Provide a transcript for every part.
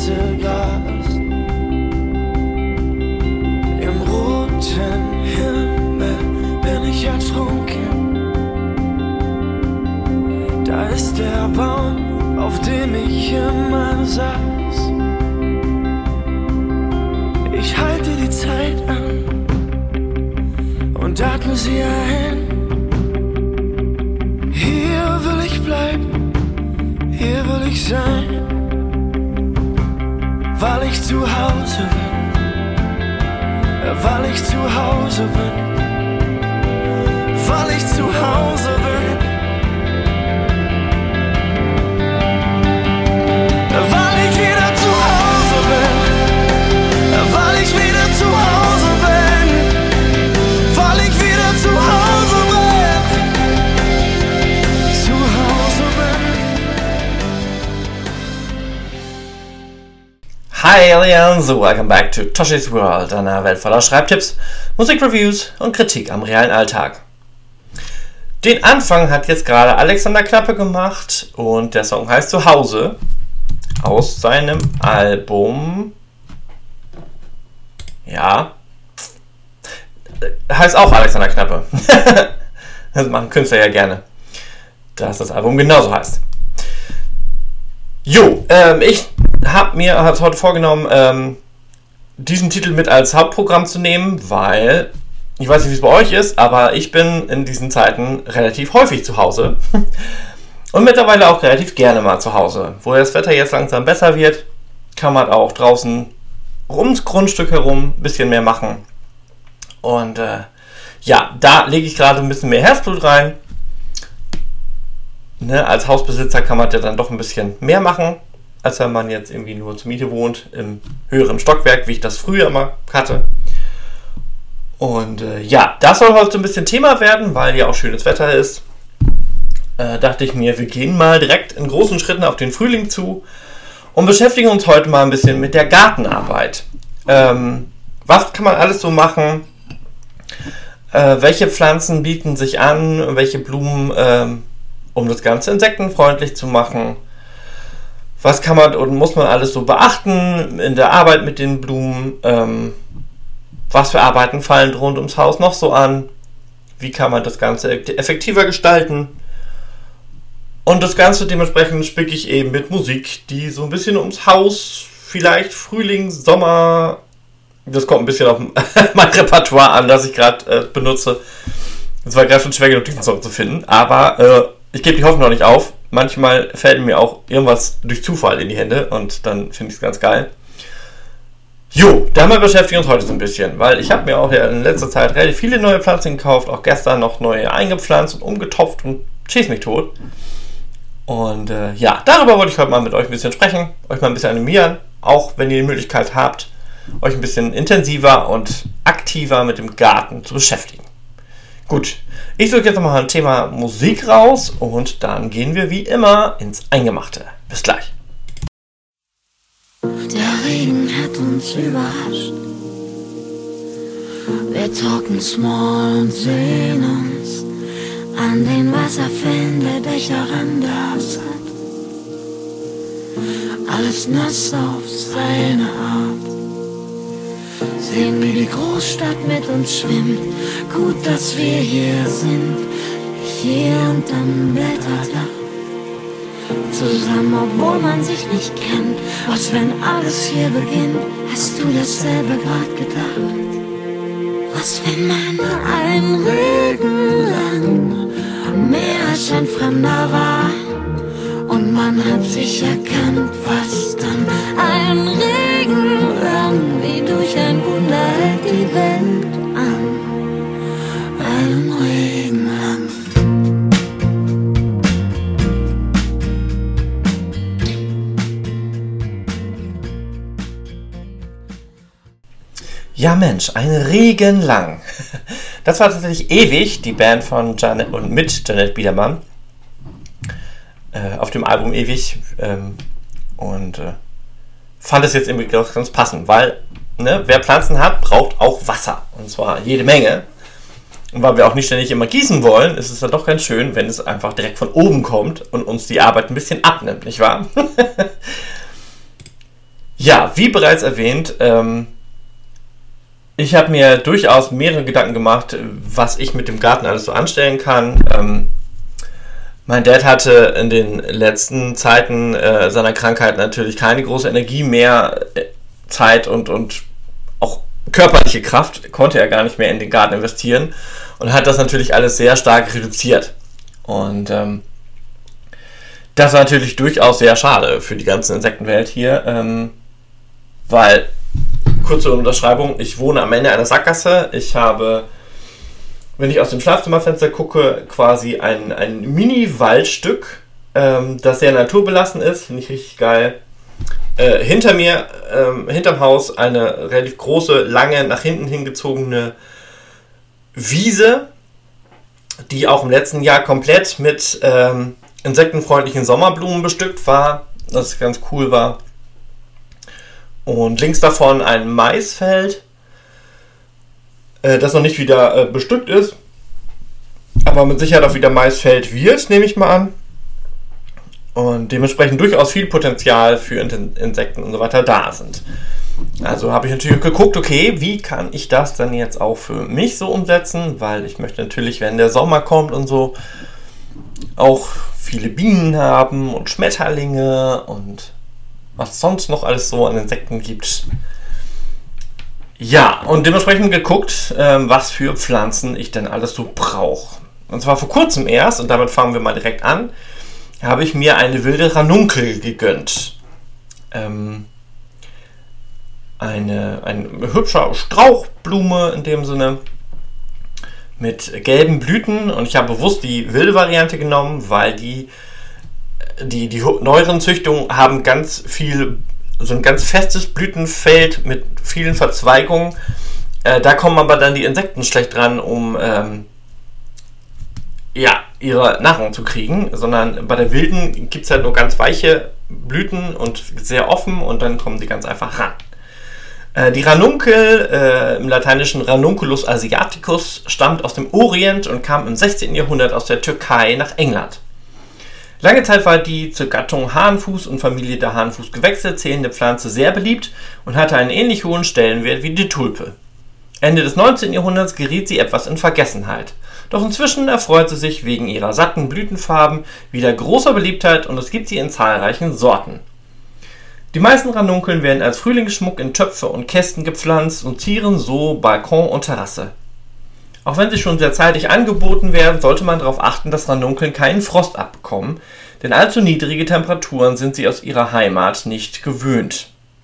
weiße Gras. Im roten Himmel bin ich ertrunken. Da ist der Baum, auf dem ich immer saß. Ich halte die Zeit an und atme sie ein. Hier will ich bleiben, hier will ich sein, weil ich zu Hause bin, weil ich zu Hause bin, weil ich zu Hause bin, weil ich wieder zu Hause bin, weil ich wieder zu Hause bin, weil ich wieder zu Hause bin, zu Hause bin. Hi Aliens, welcome back to Toshi's World, einer Welt voller Schreibtipps, Musikreviews und Kritik am realen Alltag. Den Anfang hat jetzt gerade Alexander Knappe gemacht und der Song heißt Zuhause aus seinem Album, ja, heißt auch Alexander Knappe. Das machen Künstler ja gerne, dass das Album genauso heißt. Jo, ich habe mir heute vorgenommen, diesen Titel mit als Hauptprogramm zu nehmen, weil, ich weiß nicht, wie es bei euch ist, aber ich bin in diesen Zeiten relativ häufig zu Hause und mittlerweile auch relativ gerne mal zu Hause. Wo das Wetter jetzt langsam besser wird, kann man auch draußen ums Grundstück herum ein bisschen mehr machen. Und ja, da lege ich gerade ein bisschen mehr Herzblut rein. Ne, als Hausbesitzer kann man ja dann doch ein bisschen mehr machen, als wenn man jetzt irgendwie nur zur Miete wohnt, im höheren Stockwerk, wie ich das früher immer hatte. Und ja, das soll heute ein bisschen Thema werden, weil ja auch schönes Wetter ist. Dachte ich mir, wir gehen mal direkt in großen Schritten auf den Frühling zu und beschäftigen uns heute mal ein bisschen mit der Gartenarbeit. Was kann man alles so machen? Welche Pflanzen bieten sich an? Welche Blumen, um das Ganze insektenfreundlich zu machen? Was kann man und muss man alles so beachten in der Arbeit mit den Blumen? Was für Arbeiten fallen rund ums Haus noch so an? Wie kann man das Ganze effektiver gestalten? Und das Ganze dementsprechend spicke ich eben mit Musik, die so ein bisschen ums Haus, vielleicht Frühling, Sommer, das kommt ein bisschen auf mein Repertoire an, das ich gerade benutze. Es war gerade schon schwer genug, diesen Song zu finden, aber ich gebe die Hoffnung noch nicht auf. Manchmal fällt mir auch irgendwas durch Zufall in die Hände und dann finde ich es ganz geil. Jo, damit beschäftigen wir uns heute so ein bisschen, weil ich habe mir auch in letzter Zeit relativ viele neue Pflanzen gekauft, auch gestern noch neue eingepflanzt und umgetopft und schieß mich tot. Und ja, darüber wollte ich heute mal mit euch ein bisschen sprechen, euch mal ein bisschen animieren, auch wenn ihr die Möglichkeit habt, euch ein bisschen intensiver und aktiver mit dem Garten zu beschäftigen. Gut, ich suche jetzt nochmal ein Thema Musik raus und dann gehen wir wie immer ins Eingemachte. Bis gleich. Der Regen hat uns überrascht. Wir talken small und sehen uns an den Wasserfällen der Dächer das hat. Alles nass auf seine Art. Sehen, wie die Großstadt mit uns schwimmt. Gut, dass wir hier sind, hier unterm Blätterdach. Zusammen, obwohl man sich nicht kennt. Was, wenn alles hier beginnt? Hast du dasselbe grad gedacht? Was, wenn man ein Regen lang mehr als ein Fremder war? Und man hat sich erkannt, was dann ein Regen lang wie durch ein Wunder hält die Welt an. Ein Regen lang. Ja Mensch, ein Regen lang. Das war tatsächlich ewig, die Band von Janet und mit Janet Biedermann. Auf dem Album ewig. Und fand es jetzt irgendwie ganz passend, weil wer Pflanzen hat, braucht auch Wasser. Und zwar jede Menge. Und weil wir auch nicht ständig immer gießen wollen, ist es dann doch ganz schön, wenn es einfach direkt von oben kommt und uns die Arbeit ein bisschen abnimmt, nicht wahr? Ja, wie bereits erwähnt, ich habe mir durchaus mehrere Gedanken gemacht, was ich mit dem Garten alles so anstellen kann. Mein Dad hatte in den letzten Zeiten seiner Krankheit natürlich keine große Energie mehr, Zeit und auch körperliche Kraft, konnte er gar nicht mehr in den Garten investieren und hat das natürlich alles sehr stark reduziert. Und das war natürlich durchaus sehr schade für die ganze Insektenwelt hier, weil, kurze Unterschreibung, ich wohne am Ende einer Sackgasse. Ich habe, wenn ich aus dem Schlafzimmerfenster gucke, quasi ein Mini-Waldstück, das sehr naturbelassen ist, finde ich richtig geil. Hinter mir, hinterm Haus, eine relativ große, lange, nach hinten hingezogene Wiese, die auch im letzten Jahr komplett mit insektenfreundlichen Sommerblumen bestückt war, das ganz cool war. Und links davon ein Maisfeld, das noch nicht wieder bestückt ist, aber mit Sicherheit auch wieder Maisfeld wird, nehme ich mal an. Und dementsprechend durchaus viel Potenzial für Insekten und so weiter da sind. Also habe ich natürlich geguckt, okay, wie kann ich das dann jetzt auch für mich so umsetzen, weil ich möchte natürlich, wenn der Sommer kommt und so, auch viele Bienen haben und Schmetterlinge und was sonst noch alles so an Insekten gibt. Ja, und dementsprechend geguckt, was für Pflanzen ich denn alles so brauche. Und zwar vor kurzem erst, und damit fangen wir mal direkt an, habe ich mir eine wilde Ranunkel gegönnt. Eine hübsche Strauchblume in dem Sinne, mit gelben Blüten, und ich habe bewusst die wilde Variante genommen, weil die neueren Züchtungen haben ganz viel, so ein ganz festes Blütenfeld mit vielen Verzweigungen. Da kommen aber dann die Insekten schlecht dran, um ihre Nahrung zu kriegen, sondern bei der wilden gibt es halt nur ganz weiche Blüten und sehr offen, und dann kommen die ganz einfach ran. Die Ranunkel, im Lateinischen Ranunculus asiaticus, stammt aus dem Orient und kam im 16. Jahrhundert aus der Türkei nach England. Lange Zeit war die zur Gattung Hahnenfuß und Familie der Hahnenfußgewächse zählende Pflanze sehr beliebt und hatte einen ähnlich hohen Stellenwert wie die Tulpe. Ende des 19. Jahrhunderts geriet sie etwas in Vergessenheit. Doch inzwischen erfreut sie sich wegen ihrer satten Blütenfarben wieder großer Beliebtheit, und es gibt sie in zahlreichen Sorten. Die meisten Ranunkeln werden als Frühlingsschmuck in Töpfe und Kästen gepflanzt und zieren so Balkon und Terrasse. Auch wenn sie schon sehr zeitig angeboten werden, sollte man darauf achten, dass Ranunkeln keinen Frost abbekommen, denn allzu niedrige Temperaturen sind sie aus ihrer Heimat nicht gewöhnt.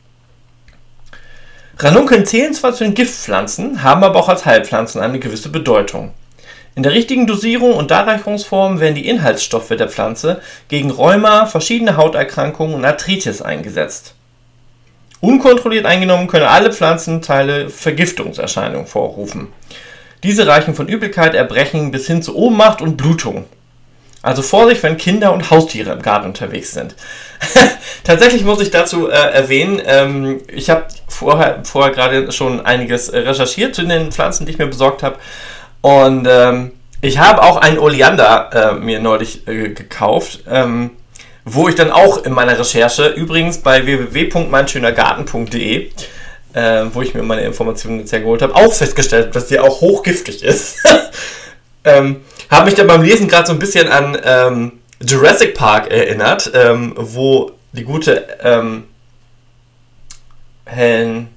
Ranunkeln zählen zwar zu den Giftpflanzen, haben aber auch als Heilpflanzen eine gewisse Bedeutung. In der richtigen Dosierung und Darreichungsform werden die Inhaltsstoffe der Pflanze gegen Rheuma, verschiedene Hauterkrankungen und Arthritis eingesetzt. Unkontrolliert eingenommen können alle Pflanzenteile Vergiftungserscheinungen vorrufen. Diese reichen von Übelkeit, Erbrechen bis hin zu Ohnmacht und Blutung. Also Vorsicht, wenn Kinder und Haustiere im Garten unterwegs sind. Tatsächlich muss ich dazu erwähnen, ich habe vorher gerade schon einiges recherchiert zu den Pflanzen, die ich mir besorgt habe. Und ich habe auch einen Oleander mir neulich gekauft, wo ich dann auch in meiner Recherche, übrigens bei www.meinschönergarten.de, wo ich mir meine Informationen jetzt hergeholt habe, auch festgestellt habe, dass die auch hochgiftig ist. Habe mich dann beim Lesen gerade so ein bisschen an Jurassic Park erinnert, wo die gute Helen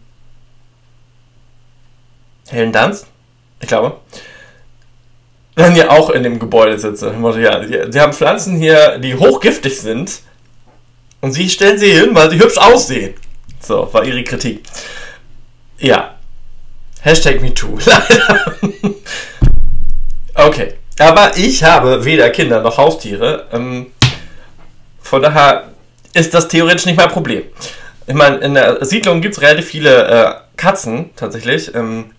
Dunst, ich glaube, dann ja auch in dem Gebäude sitze. Ja, sie haben Pflanzen hier, die hochgiftig sind, und sie stellen sie hin, weil sie hübsch aussehen. So, war ihre Kritik. Ja. #MeToo. Leider. Okay. Aber ich habe weder Kinder noch Haustiere. Von daher ist das theoretisch nicht mein Problem. Ich meine, in der Siedlung gibt es relativ viele Katzen, tatsächlich.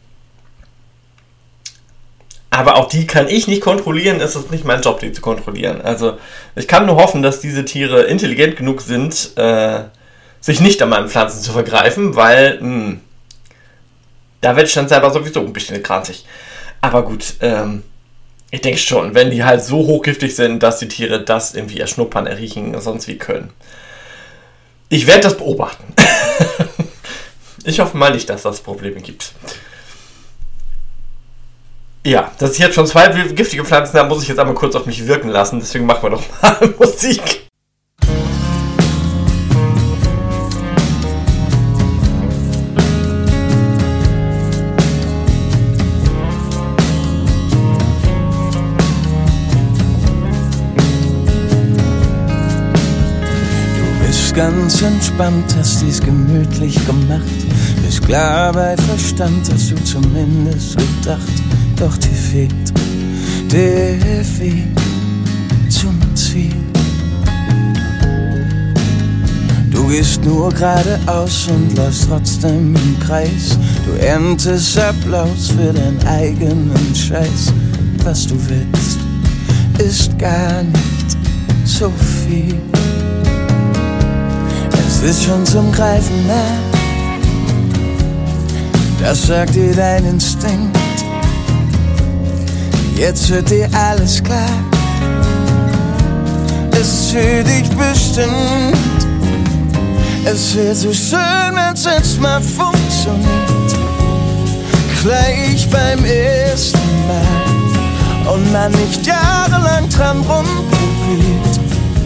Aber auch die kann ich nicht kontrollieren. Es ist nicht mein Job, die zu kontrollieren. Also ich kann nur hoffen, dass diese Tiere intelligent genug sind, sich nicht an meinen Pflanzen zu vergreifen, weil da werde ich dann selber sowieso ein bisschen kranzig. Aber gut, ich denke schon, wenn die halt so hochgiftig sind, dass die Tiere das irgendwie erschnuppern, erriechen, sonst wie können. Ich werde das beobachten. Ich hoffe mal nicht, dass das Probleme gibt. Ja, dass ich jetzt schon 2 giftige Pflanzen habe, muss ich jetzt einmal kurz auf mich wirken lassen. Deswegen machen wir doch mal Musik. Ganz entspannt, hast dies gemütlich gemacht. Bist klar bei Verstand, hast du zumindest gedacht. Doch dir fehlt der Weg zum Ziel. Du gehst nur geradeaus und läufst trotzdem im Kreis. Du erntest Applaus für deinen eigenen Scheiß. Was du willst, ist gar nicht so viel. Es ist schon zum Greifen nah, das sagt dir dein Instinkt. Jetzt wird dir alles klar, es ist für dich bestimmt. Es wird so schön, wenn's jetzt mal funktioniert, gleich beim ersten Mal und man nicht jahrelang dran rumprobiert.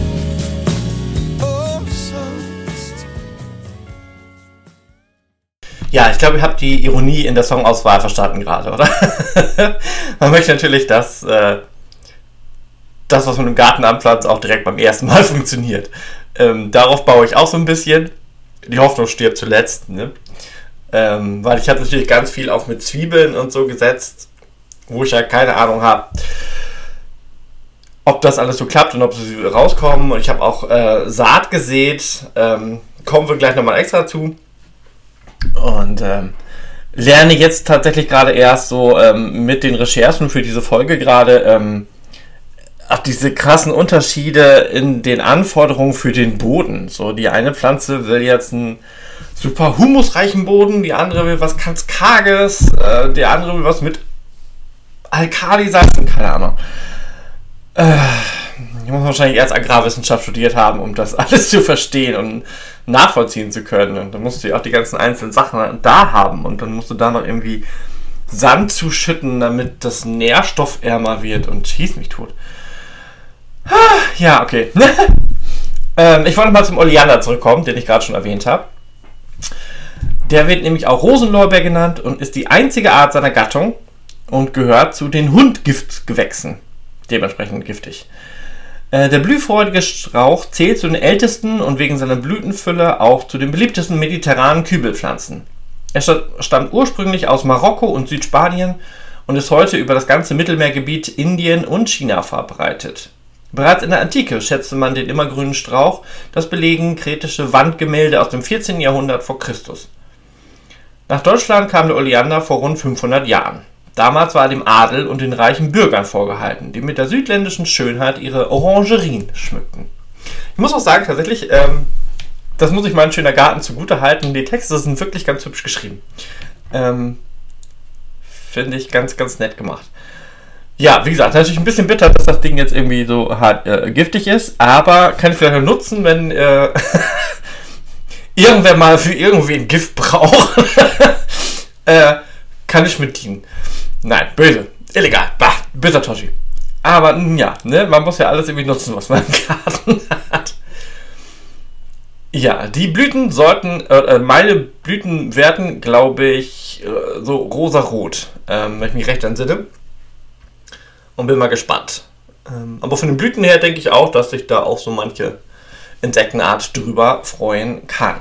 Ja, ich glaube, ihr habt die Ironie in der Songauswahl verstanden gerade, oder? Man möchte natürlich, dass das, was man im Garten anpflanzt, auch direkt beim ersten Mal funktioniert. Darauf baue ich auch so ein bisschen. Die Hoffnung stirbt zuletzt, ne? Weil ich habe natürlich ganz viel auch mit Zwiebeln und so gesetzt, wo ich ja keine Ahnung habe, ob das alles so klappt und ob sie rauskommen. Und ich habe auch Saat gesät. Kommen wir gleich nochmal extra zu. Und lerne jetzt tatsächlich gerade erst so mit den Recherchen für diese Folge gerade auch diese krassen Unterschiede in den Anforderungen für den Boden. So, die eine Pflanze will jetzt einen super humusreichen Boden, die andere will was ganz Karges, die andere will was mit Alkalisalzen, keine Ahnung. Ich muss wahrscheinlich erst Agrarwissenschaft studiert haben, um das alles zu verstehen und nachvollziehen zu können. Und dann musst du ja auch die ganzen einzelnen Sachen da haben. Und dann musst du da noch irgendwie Sand zuschütten, damit das nährstoffärmer wird und schieß mich tot. Ja, okay. Ich wollte mal zum Oleander zurückkommen, den ich gerade schon erwähnt habe. Der wird nämlich auch Rosenlorbeer genannt und ist die einzige Art seiner Gattung und gehört zu den Hundgiftgewächsen. Dementsprechend giftig. Der blühfreudige Strauch zählt zu den ältesten und wegen seiner Blütenfülle auch zu den beliebtesten mediterranen Kübelpflanzen. Er stammt ursprünglich aus Marokko und Südspanien und ist heute über das ganze Mittelmeergebiet, Indien und China verbreitet. Bereits in der Antike schätzte man den immergrünen Strauch, das belegen kretische Wandgemälde aus dem 14. Jahrhundert vor Christus. Nach Deutschland kam der Oleander vor rund 500 Jahren. Damals war er dem Adel und den reichen Bürgern vorgehalten, die mit der südländischen Schönheit ihre Orangerien schmückten. Ich muss auch sagen, tatsächlich, das muss ich meinem schöner Garten zugute halten, die Texte sind wirklich ganz hübsch geschrieben. Finde ich ganz, ganz nett gemacht. Ja, wie gesagt, natürlich ein bisschen bitter, dass das Ding jetzt irgendwie so hart giftig ist, aber kann ich vielleicht nutzen, wenn irgendwer mal für irgendwen Gift braucht, kann ich mit dienen. Nein, böse, illegal, bah, böser Toschi. Aber ja, ne, man muss ja alles irgendwie nutzen, was man im Garten hat. Ja, die Blüten sollten, meine Blüten werden, glaube ich, so rosarot, wenn ich mich recht entsinne. Und bin mal gespannt. Aber von den Blüten her denke ich auch, dass sich da auch so manche Insektenart drüber freuen kann.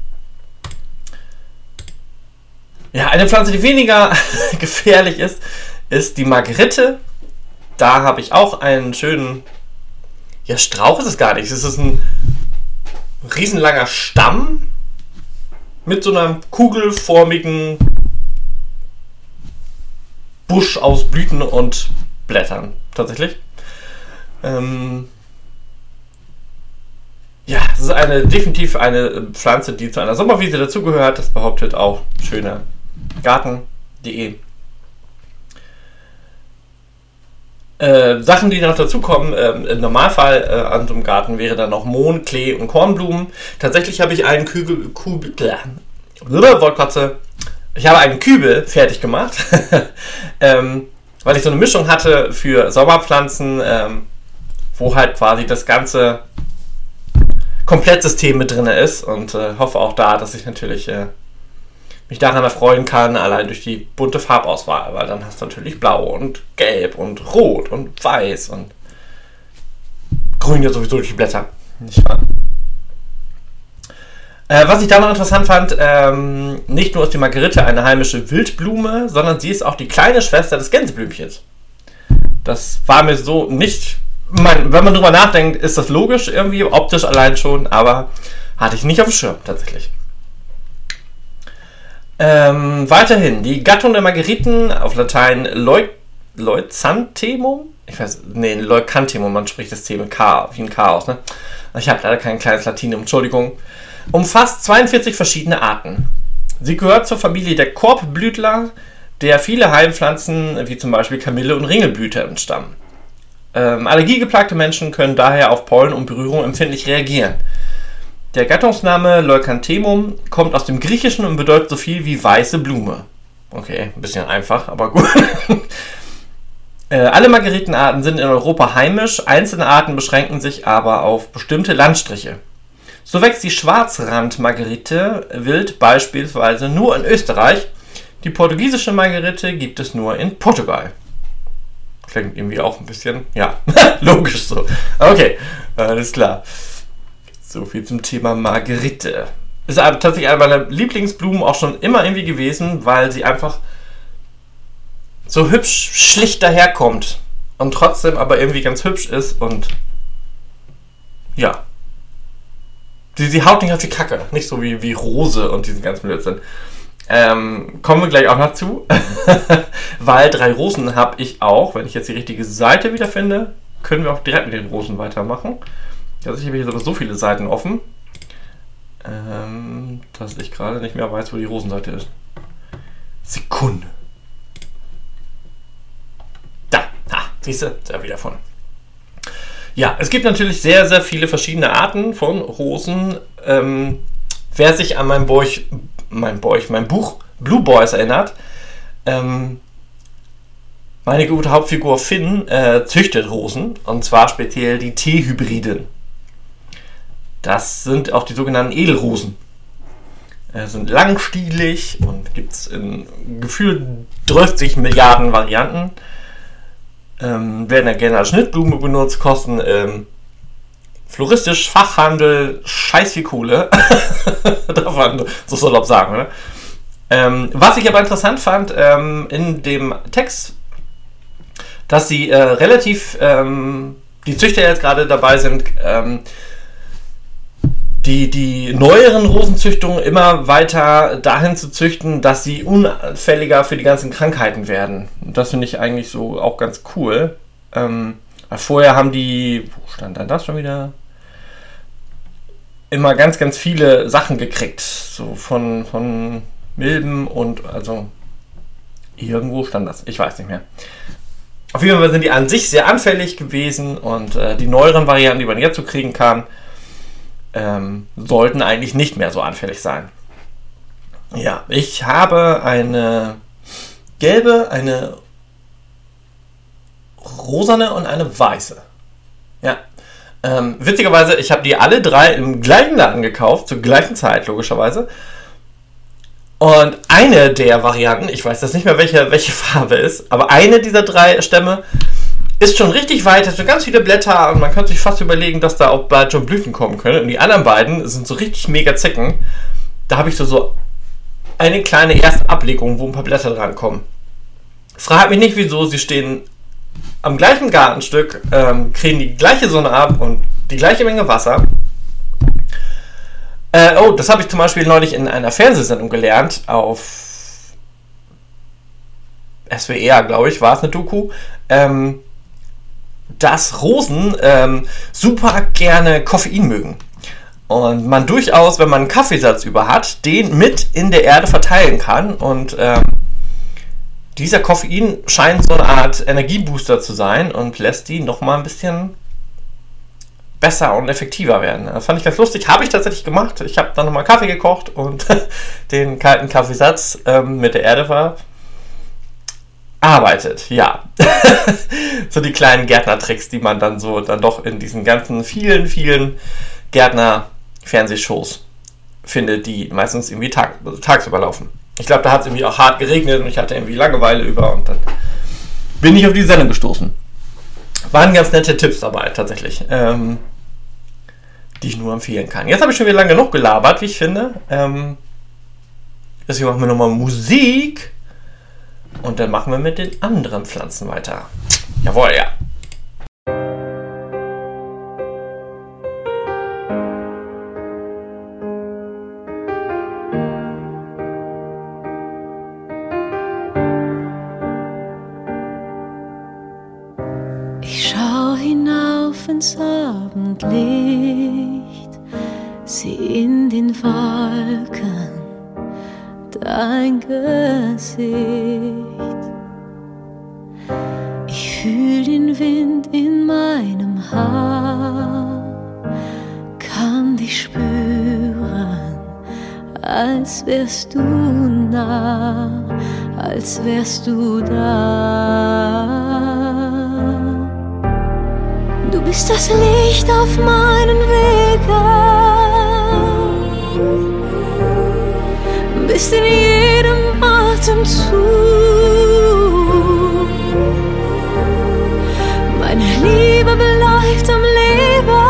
Ja, eine Pflanze, die weniger gefährlich ist, ist die Margerite. Da habe ich auch einen schönen, ja, Strauch ist es gar nicht. Es ist ein riesenlanger Stamm mit so einem kugelförmigen Busch aus Blüten und Blättern, tatsächlich. Ja, es ist definitiv eine Pflanze, die zu einer Sommerwiese dazugehört. Das behauptet auch schönergarten.de. Sachen, die noch dazukommen, im Normalfall an so einem Garten wäre dann noch Mohn, Klee und Kornblumen. Tatsächlich habe ich einen Kübel fertig gemacht, weil ich so eine Mischung hatte für Sommerpflanzen, wo halt quasi das ganze Komplettsystem mit drin ist und hoffe auch da, dass ich natürlich mich daran erfreuen kann, allein durch die bunte Farbauswahl, weil dann hast du natürlich blau und gelb und rot und weiß und grün ja sowieso durch die Blätter. Nicht wahr? Was ich da noch interessant fand, nicht nur ist die Margerite eine heimische Wildblume, sondern sie ist auch die kleine Schwester des Gänseblümchens. Das war mir so nicht, wenn man drüber nachdenkt, ist das logisch irgendwie, optisch allein schon, aber hatte ich nicht auf dem Schirm tatsächlich. Weiterhin, die Gattung der Margeriten, auf Latein Leucanthemum, Leucanthemum, man spricht das T mit K, wie ein K aus, ne? Ich habe leider kein kleines Latinum, Entschuldigung. Umfasst 42 verschiedene Arten. Sie gehört zur Familie der Korbblütler, der viele Heilpflanzen, wie zum Beispiel Kamille und Ringelblüte, entstammen. Allergiegeplagte Menschen können daher auf Pollen und Berührung empfindlich reagieren. Der Gattungsname Leucanthemum kommt aus dem Griechischen und bedeutet so viel wie weiße Blume. Okay, ein bisschen einfach, aber gut. Alle Margeritenarten sind in Europa heimisch, einzelne Arten beschränken sich aber auf bestimmte Landstriche. So wächst die Schwarzrand-Margerite wild beispielsweise nur in Österreich. Die portugiesische Margerite gibt es nur in Portugal. Klingt irgendwie auch ein bisschen, ja, logisch so. Okay, alles klar. So viel zum Thema Margerite. Ist aber tatsächlich eine meiner Lieblingsblumen auch schon immer irgendwie gewesen, weil sie einfach so hübsch schlicht daherkommt und trotzdem aber irgendwie ganz hübsch ist und ja. Sie haut nicht auf die Kacke, nicht so wie Rose und diesen ganzen Blödsinn. Kommen wir gleich auch noch zu, weil 3 Rosen habe ich auch. Wenn ich jetzt die richtige Seite wieder finde, können wir auch direkt mit den Rosen weitermachen. Also ich habe hier so viele Seiten offen, dass ich gerade nicht mehr weiß, wo die Rosenseite ist. Sekunde. Da, siehst du, da wieder von. Ja, es gibt natürlich sehr, sehr viele verschiedene Arten von Rosen. Wer sich an mein Buch Blue Boys erinnert, meine gute Hauptfigur Finn züchtet Rosen, und zwar speziell die T-Hybriden. Das sind auch die sogenannten Edelrosen. Sind langstielig und gibt es in gefühlt 30 Milliarden Varianten. Werden ja gerne als Schnittblume benutzt, kosten floristisch, Fachhandel, scheiß viel Kohle. Darf man so salopp sagen, ne? Was ich aber interessant fand, in dem Text, dass sie relativ, die Züchter jetzt gerade dabei sind, die neueren Rosenzüchtungen immer weiter dahin zu züchten, dass sie unanfälliger für die ganzen Krankheiten werden. Und das finde ich eigentlich so auch ganz cool. Vorher haben die, wo stand dann das schon wieder? Immer ganz, ganz viele Sachen gekriegt. So von Milben und also irgendwo stand das. Ich weiß nicht mehr. Auf jeden Fall sind die an sich sehr anfällig gewesen und die neueren Varianten, die man jetzt so kriegen kann, sollten eigentlich nicht mehr so anfällig sein. Ja, ich habe eine gelbe, eine rosane und eine weiße. Ja. Witzigerweise, ich habe die alle 3 im gleichen Laden gekauft, zur gleichen Zeit logischerweise. Und eine der Varianten, ich weiß jetzt nicht mehr, welche Farbe ist, aber eine dieser 3 Stämme ist schon richtig weit, hat schon ganz viele Blätter und man könnte sich fast überlegen, dass da auch bald schon Blüten kommen können. Und die anderen beiden sind so richtig mega Zicken. Da habe ich so eine kleine erste Ablegung, wo ein paar Blätter dran kommen. Frag mich nicht wieso, sie stehen am gleichen Gartenstück, kriegen die gleiche Sonne ab und die gleiche Menge Wasser. Das habe ich zum Beispiel neulich in einer Fernsehsendung gelernt, auf SWR, glaube ich, war es eine Doku, dass Rosen super gerne Koffein mögen. Und man durchaus, wenn man einen Kaffeesatz über hat, den mit in der Erde verteilen kann und dieser Koffein scheint so eine Art Energiebooster zu sein und lässt die nochmal ein bisschen besser und effektiver werden. Das fand ich ganz lustig, habe ich tatsächlich gemacht. Ich habe dann nochmal Kaffee gekocht und den kalten Kaffeesatz mit der Erde verarbeitet. Ja, so die kleinen Gärtnertricks, die man dann doch in diesen ganzen vielen Gärtner-Fernsehshows findet, die meistens irgendwie tagsüber laufen. Ich glaube, da hat es irgendwie auch hart geregnet und ich hatte irgendwie Langeweile über und dann bin ich auf die Sendung gestoßen. Waren ganz nette Tipps dabei, tatsächlich, die ich nur empfehlen kann. Jetzt habe ich schon wieder lange genug gelabert, wie ich finde. Deswegen machen wir nochmal Musik und dann machen wir mit den anderen Pflanzen weiter. Jawohl, ja. Ins Abendlicht, sieh in den Wolken dein Gesicht. Ich fühl den Wind in meinem Haar, kann dich spüren, als wärst du nah, als wärst du da. Du bist das Licht auf meinen Wegen, bist in jedem Atemzug. Meine Liebe bleibt am Leben,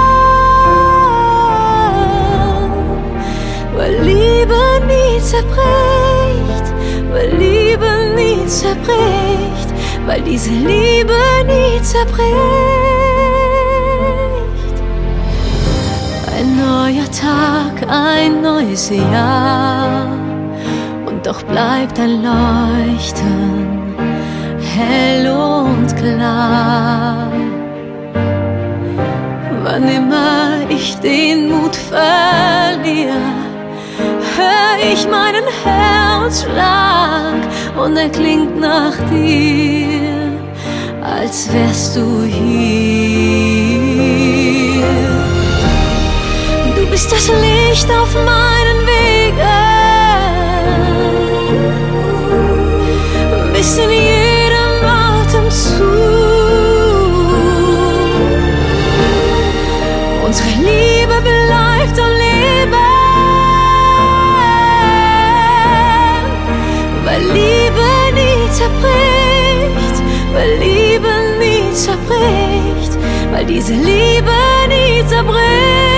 weil Liebe nie zerbricht, weil Liebe nie zerbricht, weil diese Liebe nie zerbricht. Ein neuer Tag, ein neues Jahr, und doch bleibt ein Leuchten hell und klar. Wann immer ich den Mut verliere, hör ich meinen Herzschlag und er klingt nach dir, als wärst du hier. Du bist das Licht auf meinen Wegen, bist in jedem Atemzug. Unsere Liebe bleibt am Leben, weil Liebe nie zerbricht, weil Liebe nie zerbricht, weil diese Liebe nie zerbricht.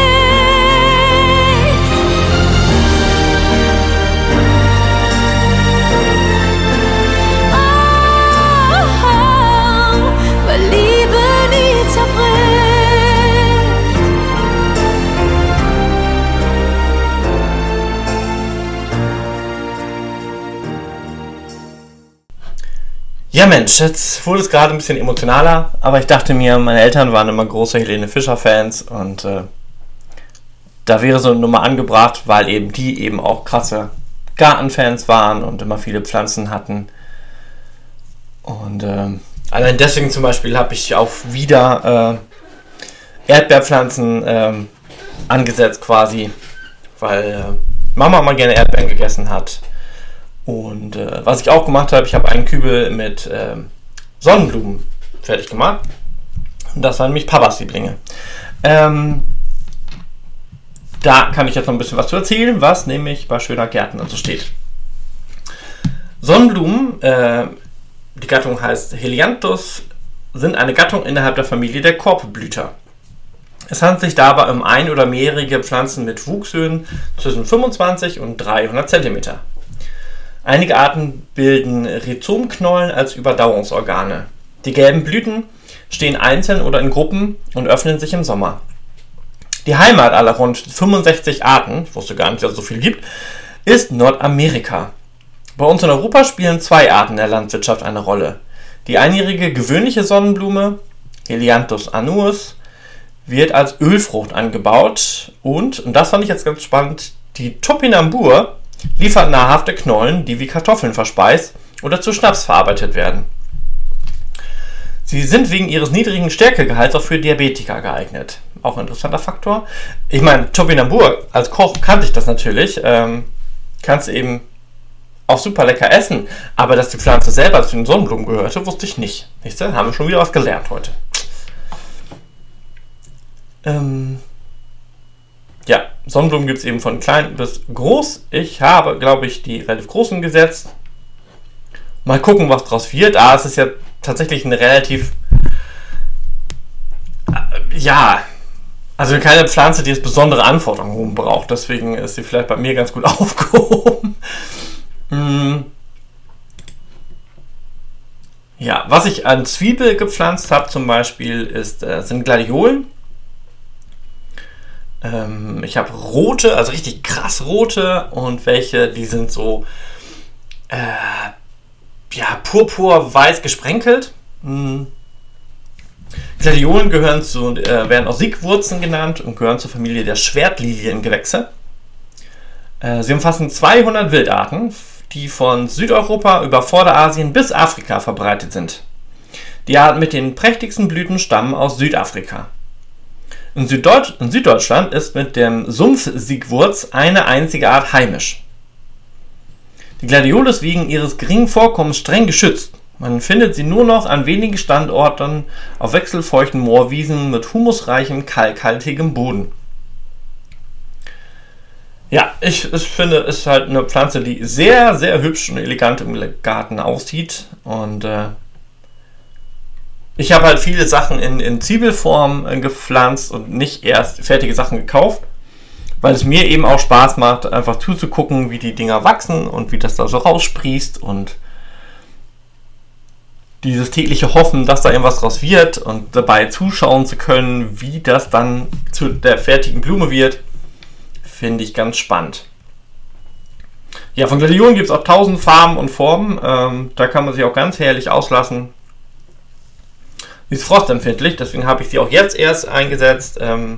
Ja Mensch, jetzt wurde es gerade ein bisschen emotionaler, aber ich dachte mir, meine Eltern waren immer große Helene Fischer-Fans und da wäre so eine Nummer angebracht, weil eben die eben auch krasse Gartenfans waren und immer viele Pflanzen hatten. Und allein deswegen zum Beispiel habe ich auch wieder Erdbeerpflanzen angesetzt quasi, weil Mama mal gerne Erdbeeren gegessen hat. Und was ich auch gemacht habe, ich habe einen Kübel mit Sonnenblumen fertig gemacht. Und das waren nämlich Papas Lieblinge. Da kann ich jetzt noch ein bisschen was zu erzählen, was nämlich bei Schöner Gärtner so steht. Sonnenblumen, die Gattung heißt Helianthus, sind eine Gattung innerhalb der Familie der Korbblüter. Es handelt sich dabei um ein- oder mehrjährige Pflanzen mit Wuchshöhen zwischen 25 und 300 cm. Einige Arten bilden Rhizomknollen als Überdauerungsorgane. Die gelben Blüten stehen einzeln oder in Gruppen und öffnen sich im Sommer. Die Heimat aller rund 65 Arten, ich wusste gar nicht, dass es so viel gibt, ist Nordamerika. Bei uns in Europa spielen 2 Arten der Landwirtschaft eine Rolle. Die einjährige gewöhnliche Sonnenblume, Helianthus annuus, wird als Ölfrucht angebaut und das fand ich jetzt ganz spannend, die Topinambur liefert nahrhafte Knollen, die wie Kartoffeln verspeist oder zu Schnaps verarbeitet werden. Sie sind wegen ihres niedrigen Stärkegehalts auch für Diabetiker geeignet. Auch ein interessanter Faktor. Ich meine, Topinambur, als Koch kannte ich das natürlich. Kannst du eben auch super lecker essen. Aber dass die Pflanze selber zu den Sonnenblumen gehörte, wusste ich nicht. Siehst du, haben wir schon wieder was gelernt heute. Ja, Sonnenblumen gibt es eben von klein bis groß. Ich habe, glaube ich, die relativ großen gesetzt. Mal gucken, was draus wird. Es ist ja tatsächlich eine relativ, also keine Pflanze, die jetzt besondere Anforderungen braucht. Deswegen ist sie vielleicht bei mir ganz gut aufgehoben. Ja, was ich an Zwiebel gepflanzt habe zum Beispiel sind Gladiolen. Ich habe rote, also richtig krass rote, und welche, die sind so purpur-weiß gesprenkelt. Gladiolen werden auch Siegwurzen genannt und gehören zur Familie der Schwertliliengewächse. Sie umfassen 200 Wildarten, die von Südeuropa über Vorderasien bis Afrika verbreitet sind. Die Arten mit den prächtigsten Blüten stammen aus Südafrika. In Süddeutschland ist mit dem Sumpf-Siegwurz eine einzige Art heimisch. Die Gladiole ist wegen ihres geringen Vorkommens streng geschützt. Man findet sie nur noch an wenigen Standorten auf wechselfeuchten Moorwiesen mit humusreichem, kalkhaltigem Boden. Ja, ich finde, es ist halt eine Pflanze, die sehr, sehr hübsch und elegant im Garten aussieht. Und ich habe halt viele Sachen in Zwiebelform gepflanzt und nicht erst fertige Sachen gekauft, weil es mir eben auch Spaß macht, einfach zuzugucken, wie die Dinger wachsen und wie das da so raussprießt und dieses tägliche Hoffen, dass da irgendwas draus wird und dabei zuschauen zu können, wie das dann zu der fertigen Blume wird, finde ich ganz spannend. Ja, von Gladiolen gibt es auch 1000 Farben und Formen, da kann man sich auch ganz herrlich auslassen. Sie ist frostempfindlich, deswegen habe ich sie auch jetzt erst eingesetzt,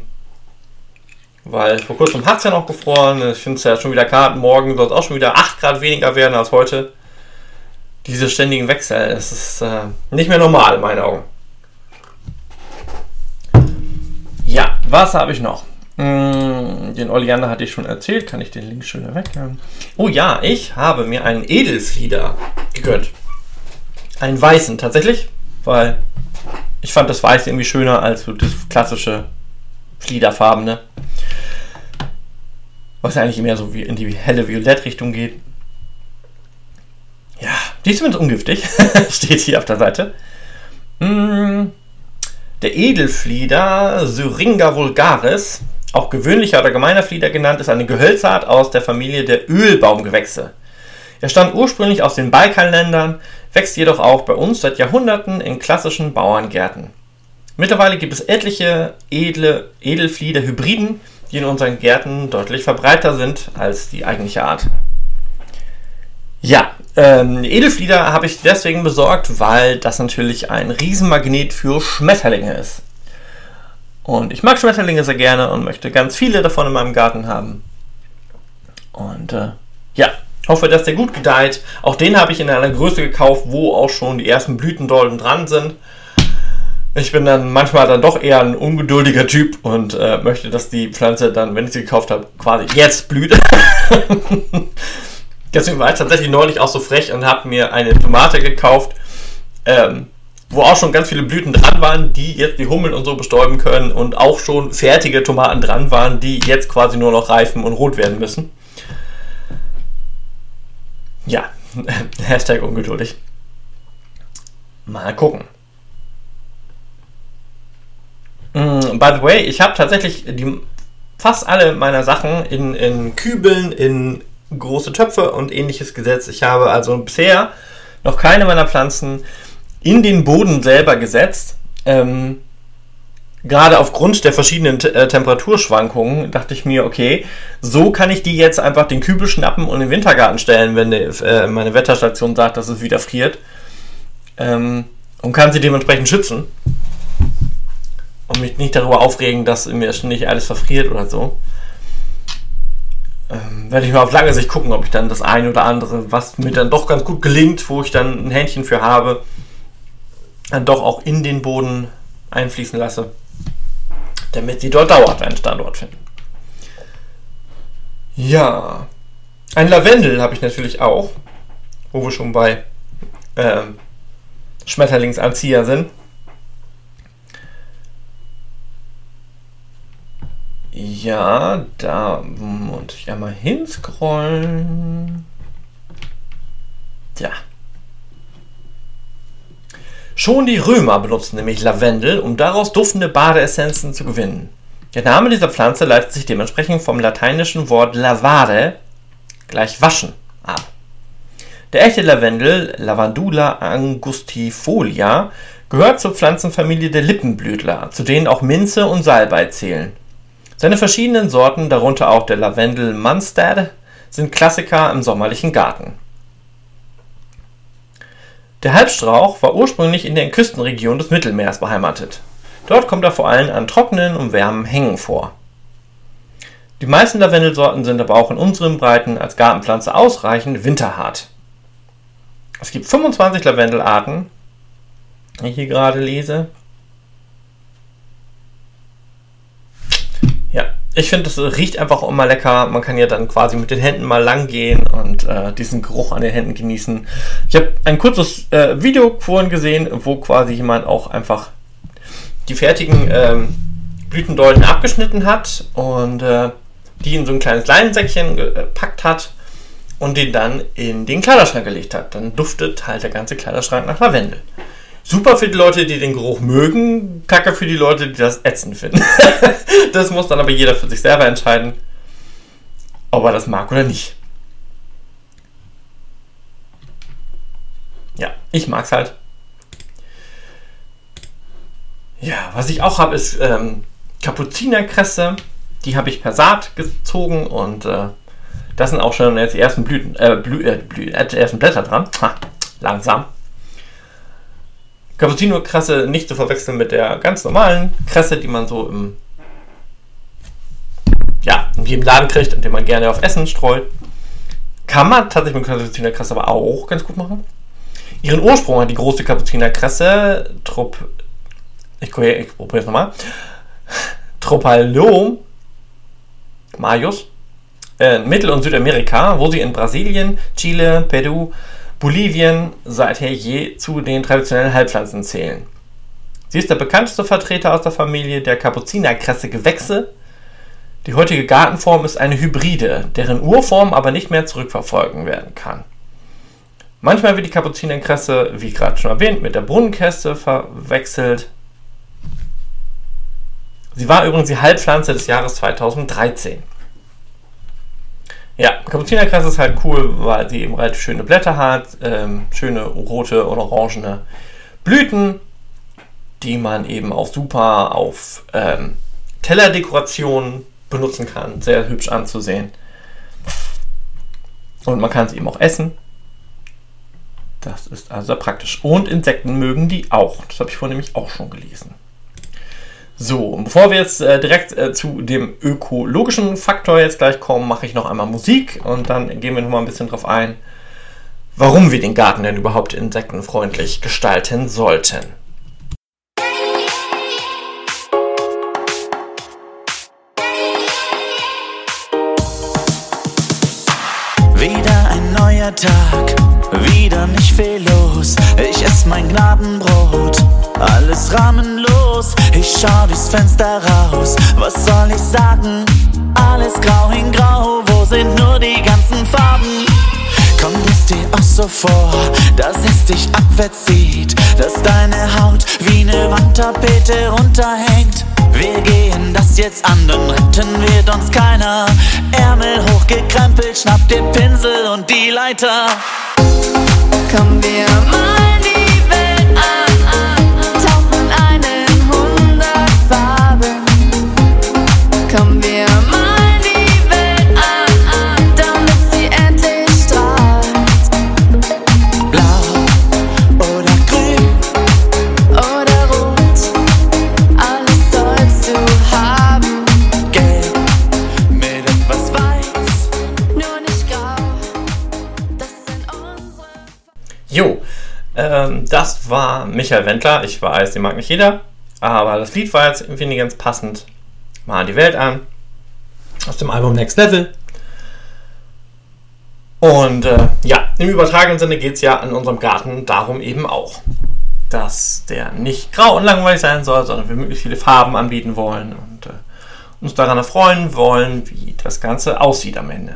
weil vor kurzem hat es ja noch gefroren. Ich finde es ja schon wieder kalt, morgen soll es auch schon wieder 8 Grad weniger werden als heute. Diese ständigen Wechsel, das ist nicht mehr normal in meinen Augen. Ja, was habe ich noch? Den Oleander hatte ich schon erzählt, kann ich den Link schön weg? Oh ja, ich habe mir einen Edelflieder gegönnt. Einen weißen tatsächlich, weil ich fand das Weiß irgendwie schöner als so das klassische Fliederfarbene. Was ja eigentlich mehr so wie in die helle Violett-Richtung geht. Ja, die ist zumindest ungiftig. Steht hier auf der Seite. Der Edelflieder Syringa vulgaris, auch gewöhnlicher oder gemeiner Flieder genannt, ist eine Gehölzart aus der Familie der Ölbaumgewächse. Er stammt ursprünglich aus den Balkanländern, wächst jedoch auch bei uns seit Jahrhunderten in klassischen Bauerngärten. Mittlerweile gibt es etliche Edelflieder-Hybriden, die in unseren Gärten deutlich verbreiter sind als die eigentliche Art. Ja, Edelflieder habe ich deswegen besorgt, weil das natürlich ein Riesenmagnet für Schmetterlinge ist. Und ich mag Schmetterlinge sehr gerne und möchte ganz viele davon in meinem Garten haben. Und hoffe, dass der gut gedeiht. Auch den habe ich in einer Größe gekauft, wo auch schon die ersten Blütendolden dran sind. Ich bin dann manchmal dann doch eher ein ungeduldiger Typ und möchte, dass die Pflanze dann, wenn ich sie gekauft habe, quasi jetzt blüht. Deswegen war ich tatsächlich neulich auch so frech und habe mir eine Tomate gekauft, wo auch schon ganz viele Blüten dran waren, die jetzt die Hummeln und so bestäuben können und auch schon fertige Tomaten dran waren, die jetzt quasi nur noch reifen und rot werden müssen. Ja, Hashtag ungeduldig. Mal gucken. By the way, ich habe tatsächlich fast alle meiner Sachen in Kübeln, in große Töpfe und ähnliches gesetzt. Ich habe also bisher noch keine meiner Pflanzen in den Boden selber gesetzt. Gerade aufgrund der verschiedenen Temperaturschwankungen dachte ich mir, okay, so kann ich die jetzt einfach den Kübel schnappen und in den Wintergarten stellen, wenn meine Wetterstation sagt, dass es wieder friert. Und kann sie dementsprechend schützen. Und mich nicht darüber aufregen, dass mir nicht alles verfriert oder so. werde ich mal auf lange Sicht gucken, ob ich dann das eine oder andere, was mir dann doch ganz gut gelingt, wo ich dann ein Händchen für habe, dann doch auch in den Boden einfließen lasse, damit sie dort dauerhaft einen Standort finden. Ja, ein Lavendel habe ich natürlich auch, wo wir schon bei Schmetterlingsanzieher sind. Ja, da muss ich einmal hinscrollen. Ja. Schon die Römer benutzten nämlich Lavendel, um daraus duftende Badeessenzen zu gewinnen. Der Name dieser Pflanze leitet sich dementsprechend vom lateinischen Wort lavare, gleich waschen, ab. Der echte Lavendel, Lavandula angustifolia, gehört zur Pflanzenfamilie der Lippenblütler, zu denen auch Minze und Salbei zählen. Seine verschiedenen Sorten, darunter auch der Lavendel Munstad, sind Klassiker im sommerlichen Garten. Der Halbstrauch war ursprünglich in der Küstenregion des Mittelmeers beheimatet. Dort kommt er vor allem an trockenen und warmen Hängen vor. Die meisten Lavendelsorten sind aber auch in unseren Breiten als Gartenpflanze ausreichend winterhart. Es gibt 25 Lavendelarten, die ich hier gerade lese. Ja, ich finde, das riecht einfach immer lecker. Man kann ja dann quasi mit den Händen mal lang gehen und diesen Geruch an den Händen genießen. Ich habe ein kurzes Video vorhin gesehen, wo quasi jemand auch einfach die fertigen Blütendolden abgeschnitten hat und die in so ein kleines Leinensäckchen gepackt hat und den dann in den Kleiderschrank gelegt hat. Dann duftet halt der ganze Kleiderschrank nach Lavendel. Super für die Leute, die den Geruch mögen, kacke für die Leute, die das ätzend finden. Das muss dann aber jeder für sich selber entscheiden, ob er das mag oder nicht. Ja, ich mag's halt. Ja, was ich auch habe, ist Kapuzinerkresse. Die habe ich per Saat gezogen und das sind auch schon jetzt die ersten ersten Blätter dran. Ha, langsam. Kapuzinerkresse nicht zu verwechseln mit der ganz normalen Kresse, die man so in jedem Laden kriegt und den man gerne auf Essen streut. Kann man tatsächlich mit Kapuzinerkresse aber auch ganz gut machen. Ihren Ursprung hat die große Kapuzinerkresse Tropalium majus in Mittel- und Südamerika, wo sie in Brasilien, Chile, Peru, Bolivien seither je zu den traditionellen Heilpflanzen zählen. Sie ist der bekannteste Vertreter aus der Familie der Kapuzinerkresse-Gewächse. Die heutige Gartenform ist eine Hybride, deren Urform aber nicht mehr zurückverfolgen werden kann. Manchmal wird die Kapuzinerkresse, wie gerade schon erwähnt, mit der Brunnenkresse verwechselt. Sie war übrigens die Heilpflanze des Jahres 2013. Ja, Kapuzinerkresse ist halt cool, weil sie eben relativ schöne Blätter hat, schöne rote oder orangene Blüten, die man eben auch super auf Tellerdekorationen benutzen kann. Sehr hübsch anzusehen. Und man kann sie eben auch essen. Das ist also sehr praktisch. Und Insekten mögen die auch. Das habe ich vorhin nämlich auch schon gelesen. So, und bevor wir jetzt direkt zu dem ökologischen Faktor jetzt gleich kommen, mache ich noch einmal Musik und dann gehen wir noch mal ein bisschen drauf ein, warum wir den Garten denn überhaupt insektenfreundlich gestalten sollten. Wieder ein neuer Tag, wieder nicht viel los. Ich ess mein Gnadenbrot, alles rahmenlos. Ich schau durchs Fenster raus, was soll ich sagen? Alles grau in grau, wo sind nur die ganzen Farben? Kommt es dir auch so vor, dass es dich abwärts zieht, dass deine Haut wie ne Wandtapete runterhängt? Wir gehen das jetzt an, dann retten wird uns keiner. Ärmel hochgekrempelt, schnapp den Pinsel und die Leiter. Komm, wir malen die Welt an, tauchen ein in 100 Farben. Komm, wir malen die Welt an, damit sie endlich strahlt. Blau oder grün oder rot, alles sollst du haben. Gelb mit etwas Weiß das war Michael Wendler. Ich weiß, den mag nicht jeder, aber das Lied war jetzt irgendwie ganz passend. Mal die Welt an. Aus dem Album Next Level. Und im übertragenen Sinne geht es ja in unserem Garten darum eben auch, dass der nicht grau und langweilig sein soll, sondern wir möglichst viele Farben anbieten wollen und uns daran erfreuen wollen, wie das Ganze aussieht am Ende.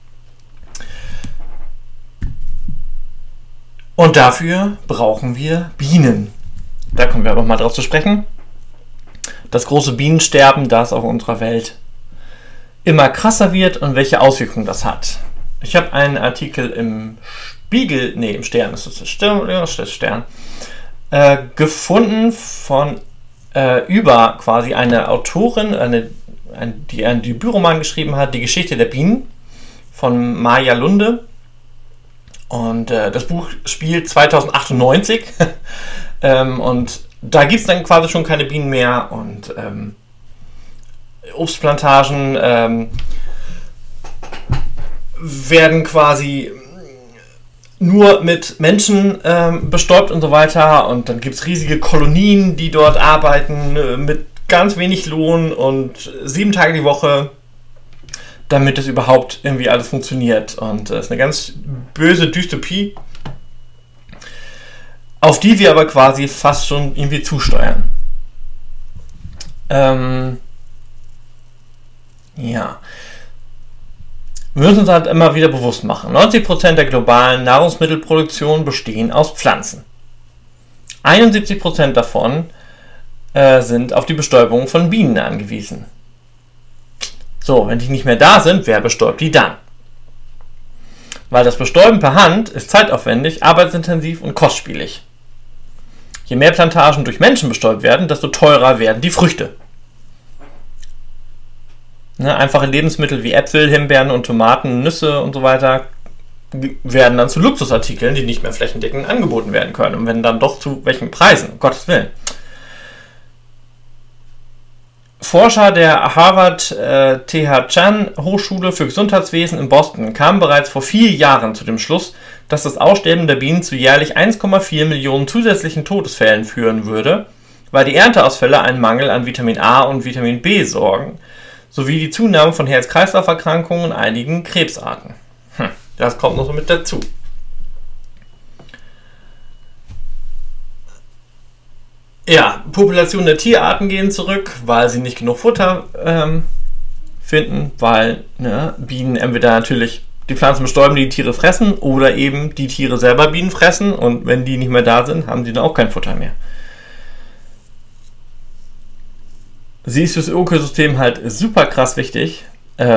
Und dafür brauchen wir Bienen. Da kommen wir aber mal drauf zu sprechen. Das große Bienensterben, das auf unserer Welt immer krasser wird und welche Auswirkungen das hat. Ich habe einen Artikel im Stern, ist das der Stern oder das Stern, gefunden von über quasi eine Autorin, die einen Debütroman geschrieben hat, Die Geschichte der Bienen von Maja Lunde. Und das Buch spielt 2098 und da gibt es dann quasi schon keine Bienen mehr und Obstplantagen werden quasi nur mit Menschen bestäubt und so weiter und dann gibt es riesige Kolonien, die dort arbeiten mit ganz wenig Lohn und 7 Tage die Woche, damit es überhaupt irgendwie alles funktioniert. Und das ist eine ganz böse Dystopie, auf die wir aber quasi fast schon irgendwie zusteuern. Wir müssen uns halt immer wieder bewusst machen. 90% der globalen Nahrungsmittelproduktion bestehen aus Pflanzen. 71% davon sind auf die Bestäubung von Bienen angewiesen. So, wenn die nicht mehr da sind, wer bestäubt die dann? Weil das Bestäuben per Hand ist zeitaufwendig, arbeitsintensiv und kostspielig. Je mehr Plantagen durch Menschen bestäubt werden, desto teurer werden die Früchte. Einfache Lebensmittel wie Äpfel, Himbeeren und Tomaten, Nüsse und so weiter werden dann zu Luxusartikeln, die nicht mehr flächendeckend angeboten werden können. Und wenn dann doch zu welchen Preisen, um Gottes Willen. Forscher der Harvard T.H. Chan Hochschule für Gesundheitswesen in Boston kamen bereits vor 4 Jahren zu dem Schluss, dass das Aussterben der Bienen zu jährlich 1,4 Millionen zusätzlichen Todesfällen führen würde, weil die Ernteausfälle einen Mangel an Vitamin A und Vitamin B sorgen, sowie die Zunahme von Herz-Kreislauf-Erkrankungen und einigen Krebsarten. Das kommt noch so mit dazu. Ja, Populationen der Tierarten gehen zurück, weil sie nicht genug Futter finden, weil Bienen entweder natürlich die Pflanzen bestäuben, die Tiere fressen, oder eben die Tiere selber Bienen fressen und wenn die nicht mehr da sind, haben sie dann auch kein Futter mehr. Sie ist fürs Ökosystem halt super krass wichtig. Aber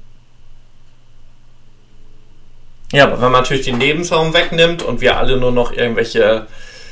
wenn man natürlich den Lebensraum wegnimmt und wir alle nur noch irgendwelche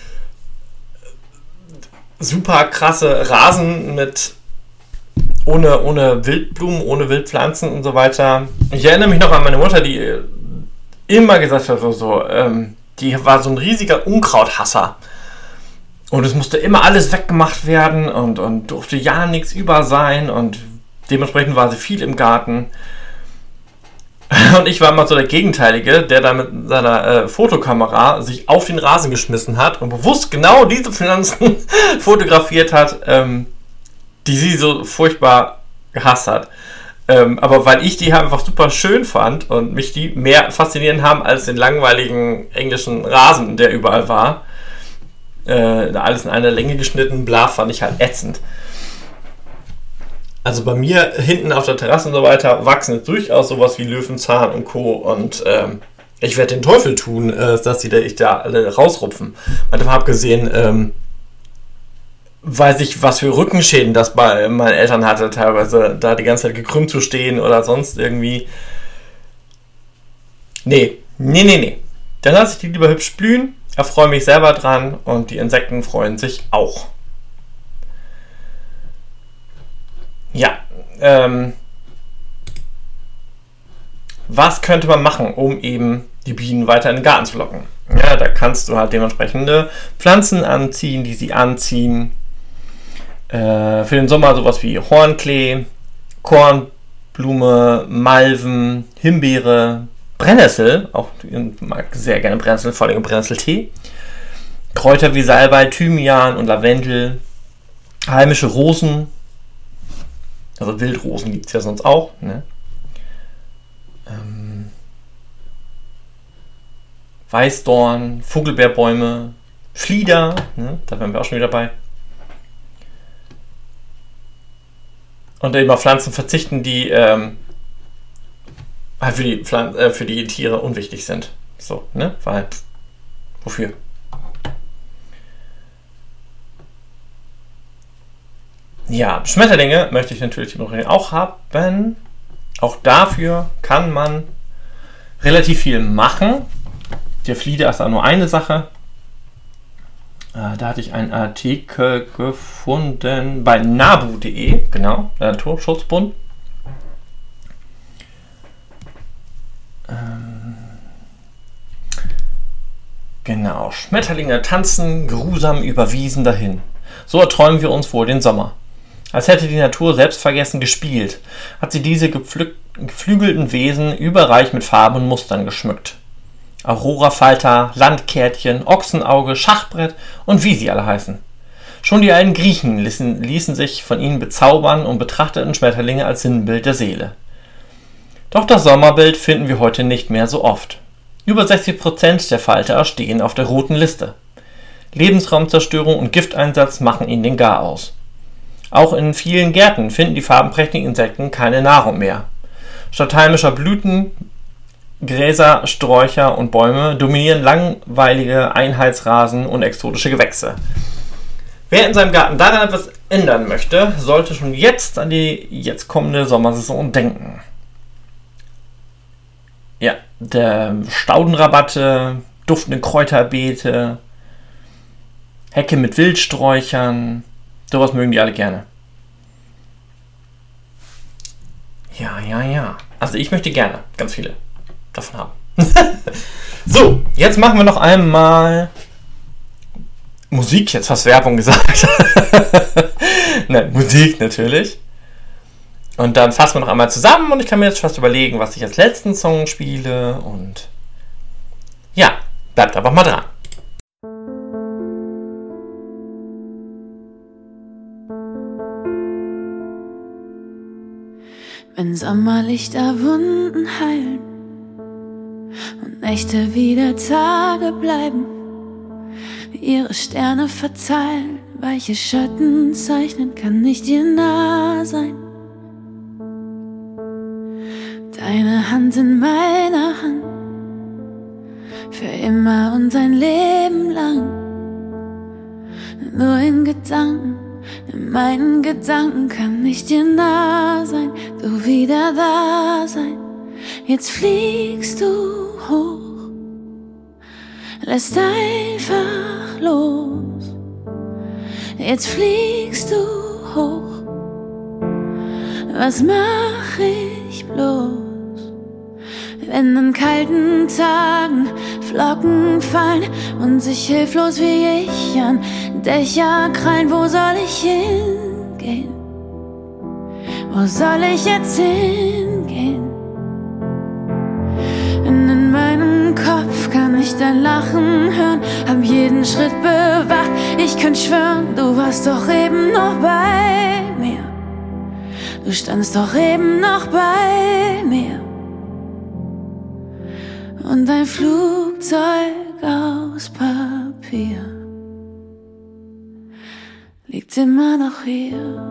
super krasse Rasen mit ohne Wildblumen, ohne Wildpflanzen und so weiter. Ich erinnere mich noch an meine Mutter, die immer gesagt hat, die war so ein riesiger Unkrauthasser. Und es musste immer alles weggemacht werden und durfte ja nichts über sein und dementsprechend war sie viel im Garten. Und ich war immer so der Gegenteilige, der da mit seiner Fotokamera sich auf den Rasen geschmissen hat und bewusst genau diese Pflanzen fotografiert hat, die sie so furchtbar gehasst hat. Aber weil ich die einfach super schön fand und mich die mehr faszinierend haben als den langweiligen englischen Rasen, der überall war, alles in einer Länge geschnitten, bla, fand ich halt ätzend. Also bei mir hinten auf der Terrasse und so weiter wachsen jetzt durchaus sowas wie Löwenzahn und Co. Und ich werde den Teufel tun, dass die da alle rausrupfen. Mal davon abgesehen, weiß ich, was für Rückenschäden das bei meinen Eltern hatte, teilweise da die ganze Zeit gekrümmt zu stehen oder sonst irgendwie. Nee. Dann lasse ich die lieber hübsch blühen, erfreue mich selber dran und die Insekten freuen sich auch. Ja, was könnte man machen, um eben die Bienen weiter in den Garten zu locken? Ja, da kannst du halt dementsprechende Pflanzen anziehen, die sie anziehen. Für den Sommer sowas wie Hornklee, Kornblume, Malven, Himbeere, Brennnessel, auch ich mag sehr gerne Brennnessel, vor allem Brennnesseltee. Kräuter wie Salbei, Thymian und Lavendel, heimische Rosen, also Wildrosen gibt es ja sonst auch, ne? Weißdorn, Vogelbeerbäume, Flieder, ne? Da wären wir auch schon wieder dabei. Und eben auf Pflanzen verzichten, die für die Tiere unwichtig sind. So, ne? Weil, wofür? Ja, Schmetterlinge möchte ich natürlich auch haben. Auch dafür kann man relativ viel machen. Der Flieder ist auch nur eine Sache. Da hatte ich einen Artikel gefunden bei nabu.de, genau, der Naturschutzbund. Genau, Schmetterlinge tanzen geruhsam über Wiesen dahin. So erträumen wir uns wohl den Sommer. Als hätte die Natur selbstvergessen gespielt, hat sie diese geflügelten Wesen überreich mit Farben und Mustern geschmückt. Aurorafalter, Landkärtchen, Ochsenauge, Schachbrett und wie sie alle heißen. Schon die alten Griechen ließen sich von ihnen bezaubern und betrachteten Schmetterlinge als Sinnbild der Seele. Doch das Sommerbild finden wir heute nicht mehr so oft. Über 60% der Falter stehen auf der roten Liste. Lebensraumzerstörung und Gifteinsatz machen ihnen den Gar aus. Auch in vielen Gärten finden die farbenprächtigen Insekten keine Nahrung mehr. Statt heimischer Blüten, Gräser, Sträucher und Bäume dominieren langweilige Einheitsrasen und exotische Gewächse. Wer in seinem Garten daran etwas ändern möchte, sollte schon jetzt an die jetzt kommende Sommersaison denken. Ja, der Staudenrabatte, duftende Kräuterbeete, Hecke mit Wildsträuchern, sowas mögen die alle gerne. Ja. Also ich möchte gerne ganz viele davon haben. So, jetzt machen wir noch einmal Musik. Jetzt hast du Werbung gesagt. Nein, Musik natürlich. Und dann fassen wir noch einmal zusammen und ich kann mir jetzt fast überlegen, was ich als letzten Song spiele. Und ja, bleibt einfach mal dran. Wenn Sommerlichter Wunden heilen und Nächte wieder Tage bleiben, ihre Sterne verzeihen, weiche Schatten zeichnen, kann ich dir nah sein. Deine Hand in meiner Hand, für immer und ein Leben lang. Nur in Gedanken, in meinen Gedanken kann ich dir nah sein, du wieder da sein. Jetzt fliegst du hoch, lässt einfach los. Jetzt fliegst du hoch, was mach ich bloß? Wenn an kalten Tagen Flocken fallen und sich hilflos wie ich an Dächer krallen, wo soll ich hingehen? Wo soll ich jetzt hingehen? In meinem Kopf kann ich dein Lachen hören, hab jeden Schritt bewacht. Ich könnte schwören, du warst doch eben noch bei mir. Du standst doch eben noch bei mir. Und ein Flugzeug aus Papier liegt immer noch hier.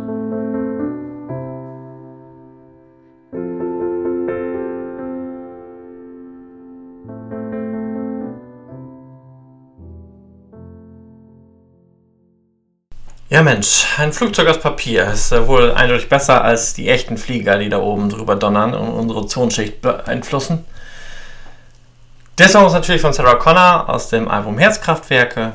Ja Mensch, ein Flugzeug aus Papier ist wohl eindeutig besser als die echten Flieger, die da oben drüber donnern und unsere Ozonschicht beeinflussen. Der Song ist natürlich von Sarah Connor aus dem Album Herzkraftwerke.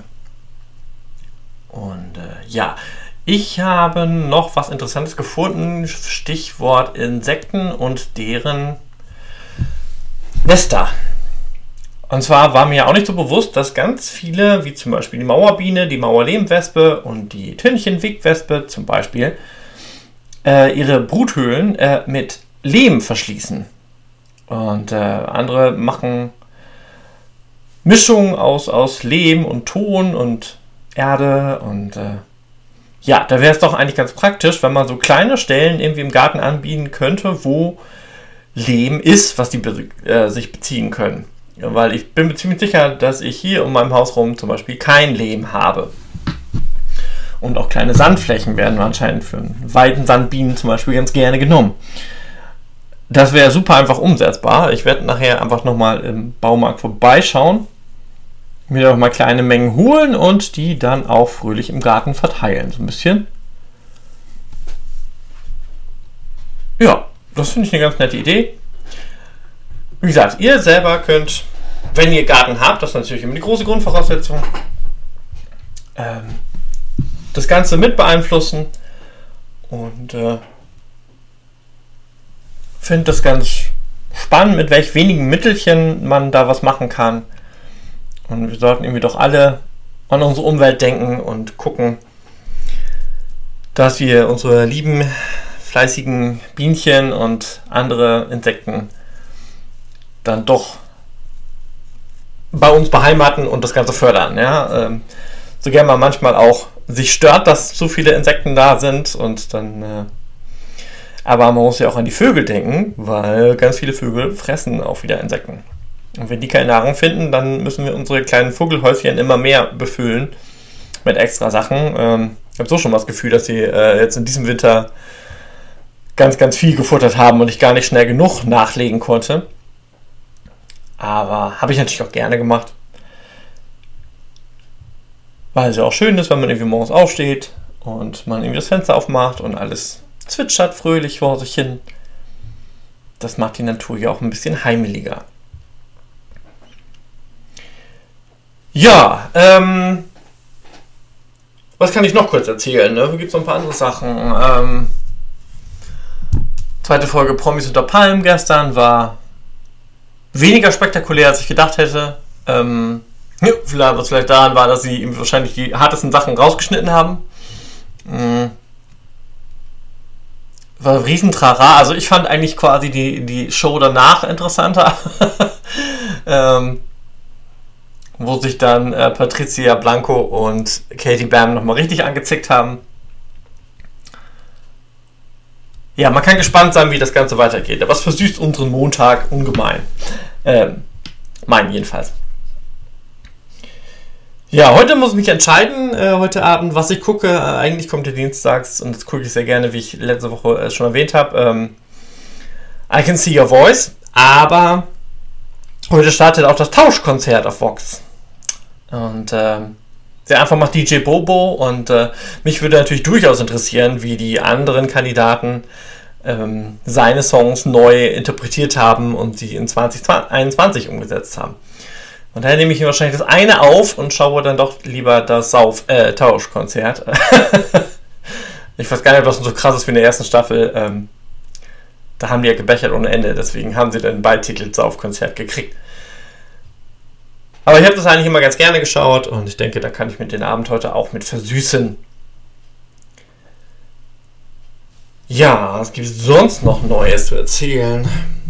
Und ja, ich habe noch was Interessantes gefunden. Stichwort Insekten und deren Nester. Und zwar war mir auch nicht so bewusst, dass ganz viele, wie zum Beispiel die Mauerbiene, die Mauerlehmwespe und die Tünnchen-Wegwespe zum Beispiel, ihre Bruthöhlen mit Lehm verschließen. Und andere machen Mischung aus Lehm und Ton und Erde und ja, da wäre es doch eigentlich ganz praktisch, wenn man so kleine Stellen irgendwie im Garten anbieten könnte, wo Lehm ist, was die sich beziehen können. Ja, weil ich bin mir ziemlich sicher, dass ich hier um meinem Haus rum zum Beispiel kein Lehm habe. Und auch kleine Sandflächen werden anscheinend für Weidensandbienen zum Beispiel ganz gerne genommen. Das wäre super einfach umsetzbar. Ich werde nachher einfach nochmal im Baumarkt vorbeischauen, mir noch mal kleine Mengen holen und die dann auch fröhlich im Garten verteilen. So ein bisschen. Ja, das finde ich eine ganz nette Idee. Wie gesagt, ihr selber könnt, wenn ihr Garten habt, das ist natürlich immer die große Grundvoraussetzung, das Ganze mit beeinflussen und finde das ganz spannend, mit welch wenigen Mittelchen man da was machen kann. Und wir sollten irgendwie doch alle an unsere Umwelt denken und gucken, dass wir unsere lieben, fleißigen Bienchen und andere Insekten dann doch bei uns beheimaten und das Ganze fördern. Ja? So gerne man manchmal auch sich stört, dass so viele Insekten da sind und dann aber man muss ja auch an die Vögel denken, weil ganz viele Vögel fressen auch wieder Insekten. Und wenn die keine Nahrung finden, dann müssen wir unsere kleinen Vogelhäuschen immer mehr befüllen mit extra Sachen. Ich habe so schon mal das Gefühl, dass sie jetzt in diesem Winter ganz, ganz viel gefuttert haben und ich gar nicht schnell genug nachlegen konnte. Aber habe ich natürlich auch gerne gemacht. Weil es ja auch schön ist, wenn man irgendwie morgens aufsteht und man irgendwie das Fenster aufmacht und alles zwitschert fröhlich vor sich hin. Das macht die Natur ja auch ein bisschen heimeliger. Ja, was kann ich noch kurz erzählen? Ne? Gibt es noch ein paar andere Sachen. Zweite Folge Promis unter Palmen gestern war weniger spektakulär, als ich gedacht hätte. Was vielleicht daran war, dass sie wahrscheinlich die hartesten Sachen rausgeschnitten haben. War Riesentrara. Also ich fand eigentlich quasi die Show danach interessanter. Wo sich dann Patricia Blanco und Katie Bam nochmal richtig angezickt haben. Ja, man kann gespannt sein, wie das Ganze weitergeht. Aber es versüßt unseren Montag ungemein. Meinen jedenfalls. Ja, heute muss ich mich entscheiden, heute Abend, was ich gucke. Eigentlich kommt der dienstags und das gucke ich sehr gerne, wie ich letzte Woche schon erwähnt habe. I Can See Your Voice. Aber heute startet auch das Tauschkonzert auf Vox. Und der einfach macht DJ Bobo und mich würde natürlich durchaus interessieren, wie die anderen Kandidaten seine Songs neu interpretiert haben und sie in 2021 umgesetzt haben. Und daher nehme ich mir wahrscheinlich das eine auf und schaue dann doch lieber das Tauschkonzert. Ich weiß gar nicht, ob das so krass ist wie in der ersten Staffel. Da haben die ja gebechert ohne Ende, deswegen haben sie dann beide Titel Saufkonzert gekriegt. Aber ich habe das eigentlich immer ganz gerne geschaut und ich denke, da kann ich mir den Abend heute auch mit versüßen. Ja, was gibt es sonst noch Neues zu erzählen?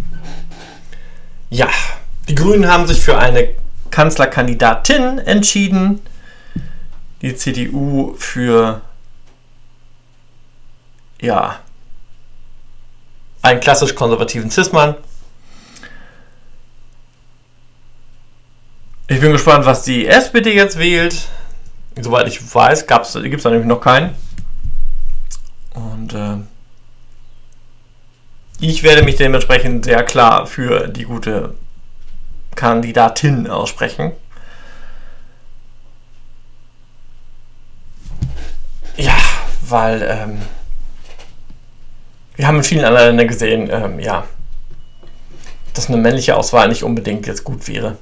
Ja, die Grünen haben sich für eine Kanzlerkandidatin entschieden. Die CDU für einen klassisch konservativen Cis-Mann. Ich bin gespannt, was die SPD jetzt wählt. Soweit ich weiß, gibt es da nämlich noch keinen. Und ich werde mich dementsprechend sehr klar für die gute Kandidatin aussprechen. Ja, weil wir haben in vielen anderen Ländern gesehen, dass eine männliche Auswahl nicht unbedingt jetzt gut wäre.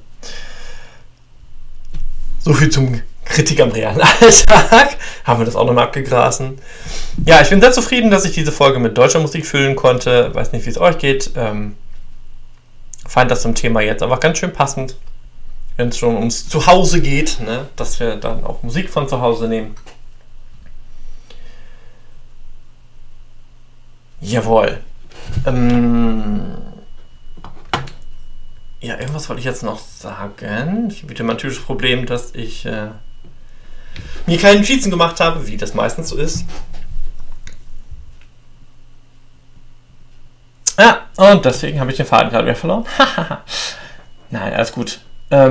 So viel zum Kritik am realen Alltag. Haben wir das auch nochmal abgegrasen. Ja, ich bin sehr zufrieden, dass ich diese Folge mit deutscher Musik füllen konnte. Weiß nicht, wie es euch geht. Fand das zum Thema jetzt einfach ganz schön passend. Wenn es schon ums Zuhause geht, ne? Dass wir dann auch Musik von zu Hause nehmen. Jawohl. Ja, irgendwas wollte ich jetzt noch sagen. Ich habe wieder mein typisches Problem, dass ich mir keine Notizen gemacht habe, wie das meistens so ist. Ja, und deswegen habe ich den Faden gerade wieder verloren. Nein, alles gut. Wir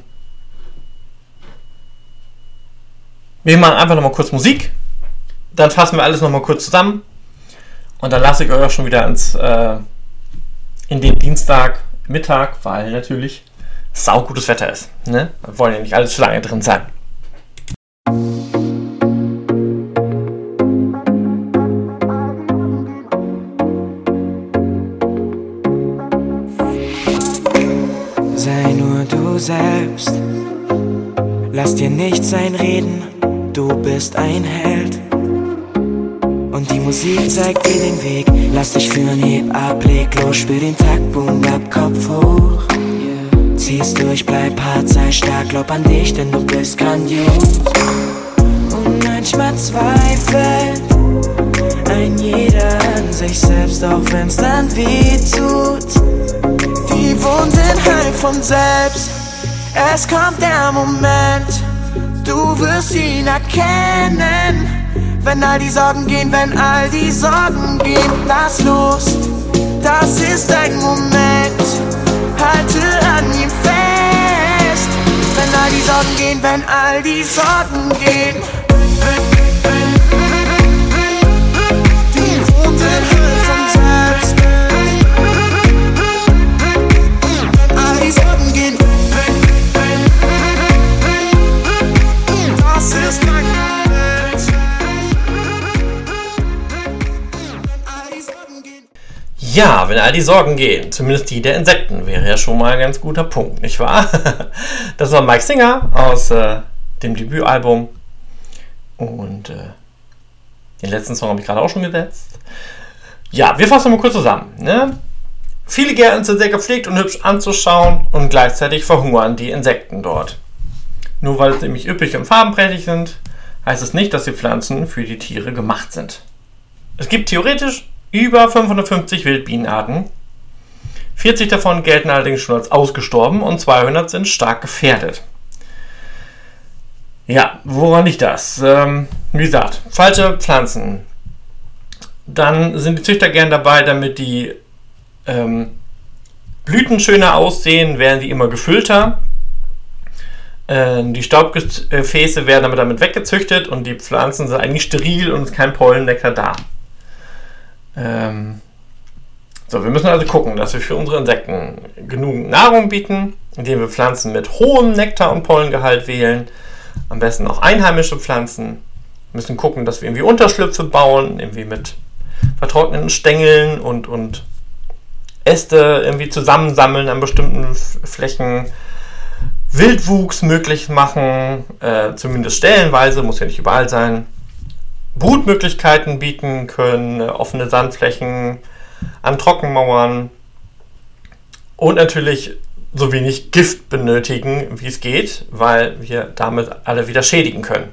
machen einfach nochmal kurz Musik. Dann fassen wir alles nochmal kurz zusammen. Und dann lasse ich euch auch schon wieder in den Dienstagmittag, weil natürlich saugutes Wetter ist. Ne? Wir wollen ja nicht alles zu lange drin sein. Sei nur du selbst, lass dir nichts einreden, du bist ein Held. Und die Musik zeigt dir den Weg, lass dich führen, heb ab, leg los, spür den Takt, boom, bap, Kopf hoch. Zieh's durch, bleib hart, sei stark, glaub an dich, denn du bist grandios. Und manchmal zweifelt ein jeder an sich selbst, auch wenn's dann weh tut. Die Wunden heilen von selbst, es kommt der Moment, du wirst ihn erkennen. Wenn all die Sorgen gehen, wenn all die Sorgen gehen, lass los, das ist dein Moment, halte an ihm fest. Wenn all die Sorgen gehen, wenn all die Sorgen gehen. Die Wunden heilen von selbst. All die Sorgen gehen. Das ist dein Moment. Ja, wenn all die Sorgen gehen, zumindest die der Insekten, wäre ja schon mal ein ganz guter Punkt, nicht wahr? Das war Mike Singer aus dem Debütalbum und den letzten Song habe ich gerade auch schon gesetzt. Ja, wir fassen mal kurz zusammen. Ne? Viele Gärten sind sehr gepflegt und hübsch anzuschauen und gleichzeitig verhungern die Insekten dort. Nur weil sie nämlich üppig und farbenprächtig sind, heißt es nicht, dass die Pflanzen für die Tiere gemacht sind. Es gibt theoretisch über 550 Wildbienenarten. 40 davon gelten allerdings schon als ausgestorben und 200 sind stark gefährdet. Ja, woran liegt das? Wie gesagt, falsche Pflanzen. Dann sind die Züchter gern dabei, damit die Blüten schöner aussehen, werden die immer gefüllter. Die Staubgefäße werden damit weggezüchtet und die Pflanzen sind eigentlich steril und es ist kein Pollennektar da. So, wir müssen also gucken, dass wir für unsere Insekten genug Nahrung bieten, indem wir Pflanzen mit hohem Nektar- und Pollengehalt wählen. Am besten auch einheimische Pflanzen. Wir müssen gucken, dass wir irgendwie Unterschlüpfe bauen, irgendwie mit vertrockneten Stängeln und Äste irgendwie zusammensammeln an bestimmten Flächen. Wildwuchs möglich machen, zumindest stellenweise, muss ja nicht überall sein. Brutmöglichkeiten bieten können, offene Sandflächen an Trockenmauern und natürlich so wenig Gift benötigen, wie es geht, weil wir damit alle wieder schädigen können.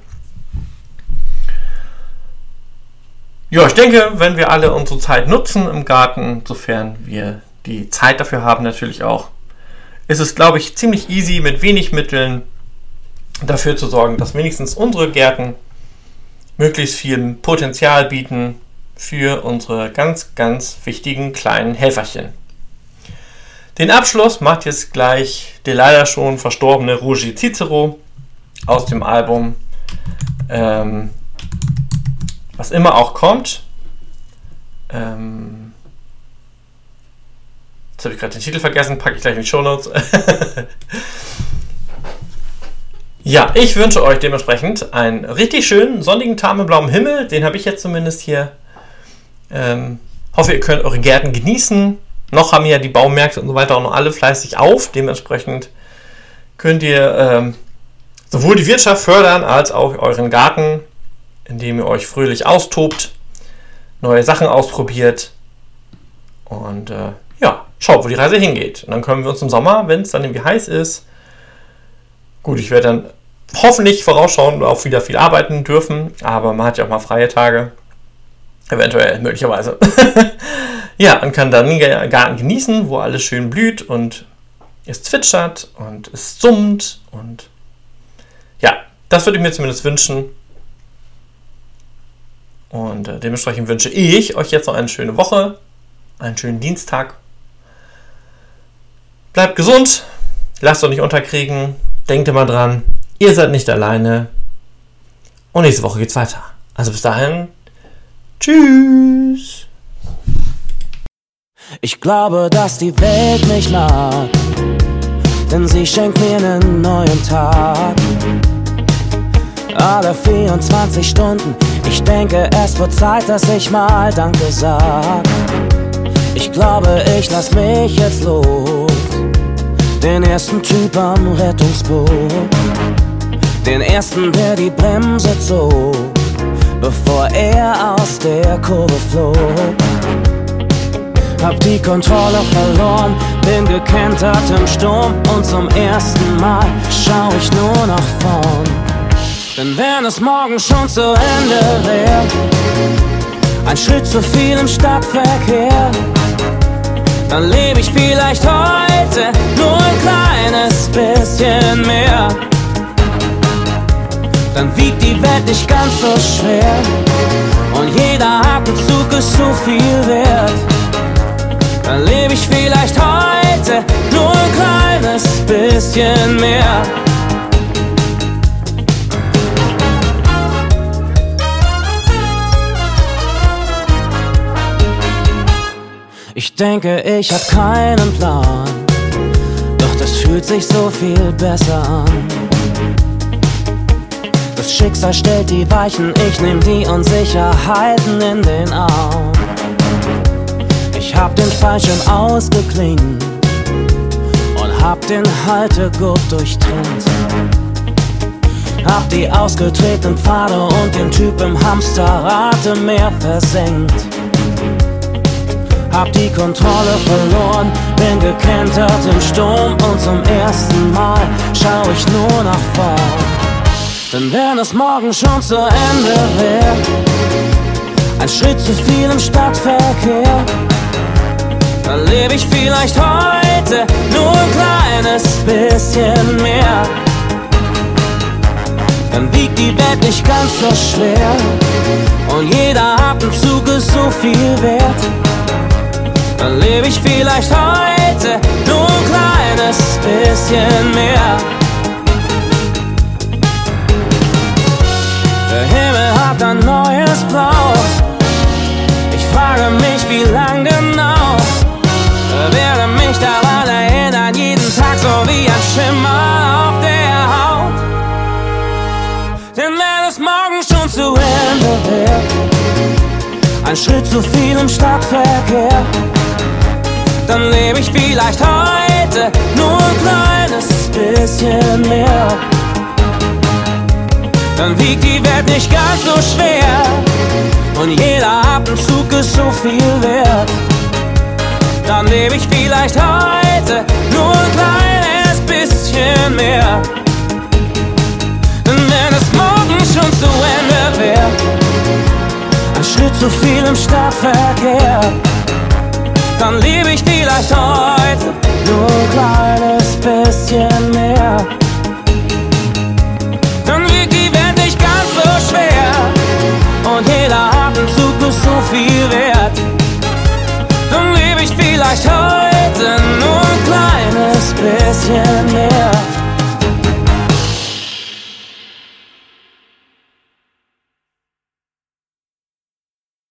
Ja, ich denke, wenn wir alle unsere Zeit nutzen im Garten, sofern wir die Zeit dafür haben natürlich auch, ist es, glaube ich, ziemlich easy mit wenig Mitteln dafür zu sorgen, dass wenigstens unsere Gärten möglichst viel Potenzial bieten für unsere ganz, ganz wichtigen kleinen Helferchen. Den Abschluss macht jetzt gleich der leider schon verstorbene Ruggero Cicero aus dem Album Was immer auch kommt. Jetzt habe ich gerade den Titel vergessen, packe ich gleich in die Shownotes. Ja, ich wünsche euch dementsprechend einen richtig schönen sonnigen Tag mit blauem Himmel. Den habe ich jetzt zumindest hier. Hoffe, ihr könnt eure Gärten genießen. Noch haben ja die Baumärkte und so weiter auch noch alle fleißig auf. Dementsprechend könnt ihr sowohl die Wirtschaft fördern als auch euren Garten, indem ihr euch fröhlich austobt, neue Sachen ausprobiert und ja, schaut, wo die Reise hingeht. Und dann können wir uns im Sommer, wenn es dann irgendwie heiß ist, gut, ich werde dann hoffentlich vorausschauend auch wieder viel arbeiten dürfen, aber man hat ja auch mal freie Tage, eventuell, möglicherweise. Ja, und kann dann den Garten genießen, wo alles schön blüht und es zwitschert und es summt und ja, das würde ich mir zumindest wünschen. Und dementsprechend wünsche ich euch jetzt noch eine schöne Woche, einen schönen Dienstag. Bleibt gesund, lasst euch nicht unterkriegen, denkt immer dran, ihr seid nicht alleine. Und nächste Woche geht's weiter. Also bis dahin, tschüss. Ich glaube, dass die Welt mich mag, denn sie schenkt mir einen neuen Tag. Alle 24 Stunden, ich denke, es wird Zeit, dass ich mal Danke sag. Ich glaube, ich lass mich jetzt los, den ersten Typ am Rettungsboot, den ersten, der die Bremse zog, bevor er aus der Kurve flog. Hab die Kontrolle verloren, bin gekentert im Sturm und zum ersten Mal schau ich nur nach vorn. Denn wenn es morgen schon zu Ende wär, ein Schritt zu viel im Stadtverkehr, dann lebe ich vielleicht heute nur ein kleines bisschen mehr. Dann wiegt die Welt nicht ganz so schwer und jeder Atemzug ist so viel wert. Dann lebe ich vielleicht heute nur ein kleines bisschen mehr. Ich denke, ich hab keinen Plan, doch das fühlt sich so viel besser an. Das Schicksal stellt die Weichen, ich nehm die Unsicherheiten in den Arm. Ich hab den Fallschirm ausgeklingt und hab den Haltegurt durchtrennt. Hab die ausgetretenen Pfade und den Typ im Hamsterrad im Meer versenkt. Hab die Kontrolle verloren, bin gekentert im Sturm und zum ersten Mal schau ich nur nach vorn. Denn wenn es morgen schon zu Ende wär, ein Schritt zu viel im Stadtverkehr, dann lebe ich vielleicht heute nur ein kleines bisschen mehr. Dann wiegt die Welt nicht ganz so schwer und jeder Atemzug ist so viel wert. Dann lebe ich vielleicht heute nur ein kleines bisschen mehr. Der Himmel hat ein neues Blau. Ich frage mich, wie lang genau. Werde mich daran erinnern, jeden Tag so wie ein Schimmer auf der Haut. Denn wenn es morgen schon zu Ende wär, ein Schritt zu viel im Stadtverkehr, dann lebe ich vielleicht heute nur ein kleines bisschen mehr. Dann wiegt die Welt nicht ganz so schwer und jeder Atemzug ist so viel wert. Dann lebe ich vielleicht heute nur ein kleines bisschen mehr. Denn wenn es morgen schon zu Ende wär, ein Schritt zu viel im Stadtverkehr, dann lebe ich vielleicht heute nur ein kleines bisschen mehr. Dann wiegt die Welt nicht ganz so schwer und jeder Atemzug ist so viel wert. Dann lebe ich vielleicht heute nur ein kleines bisschen mehr.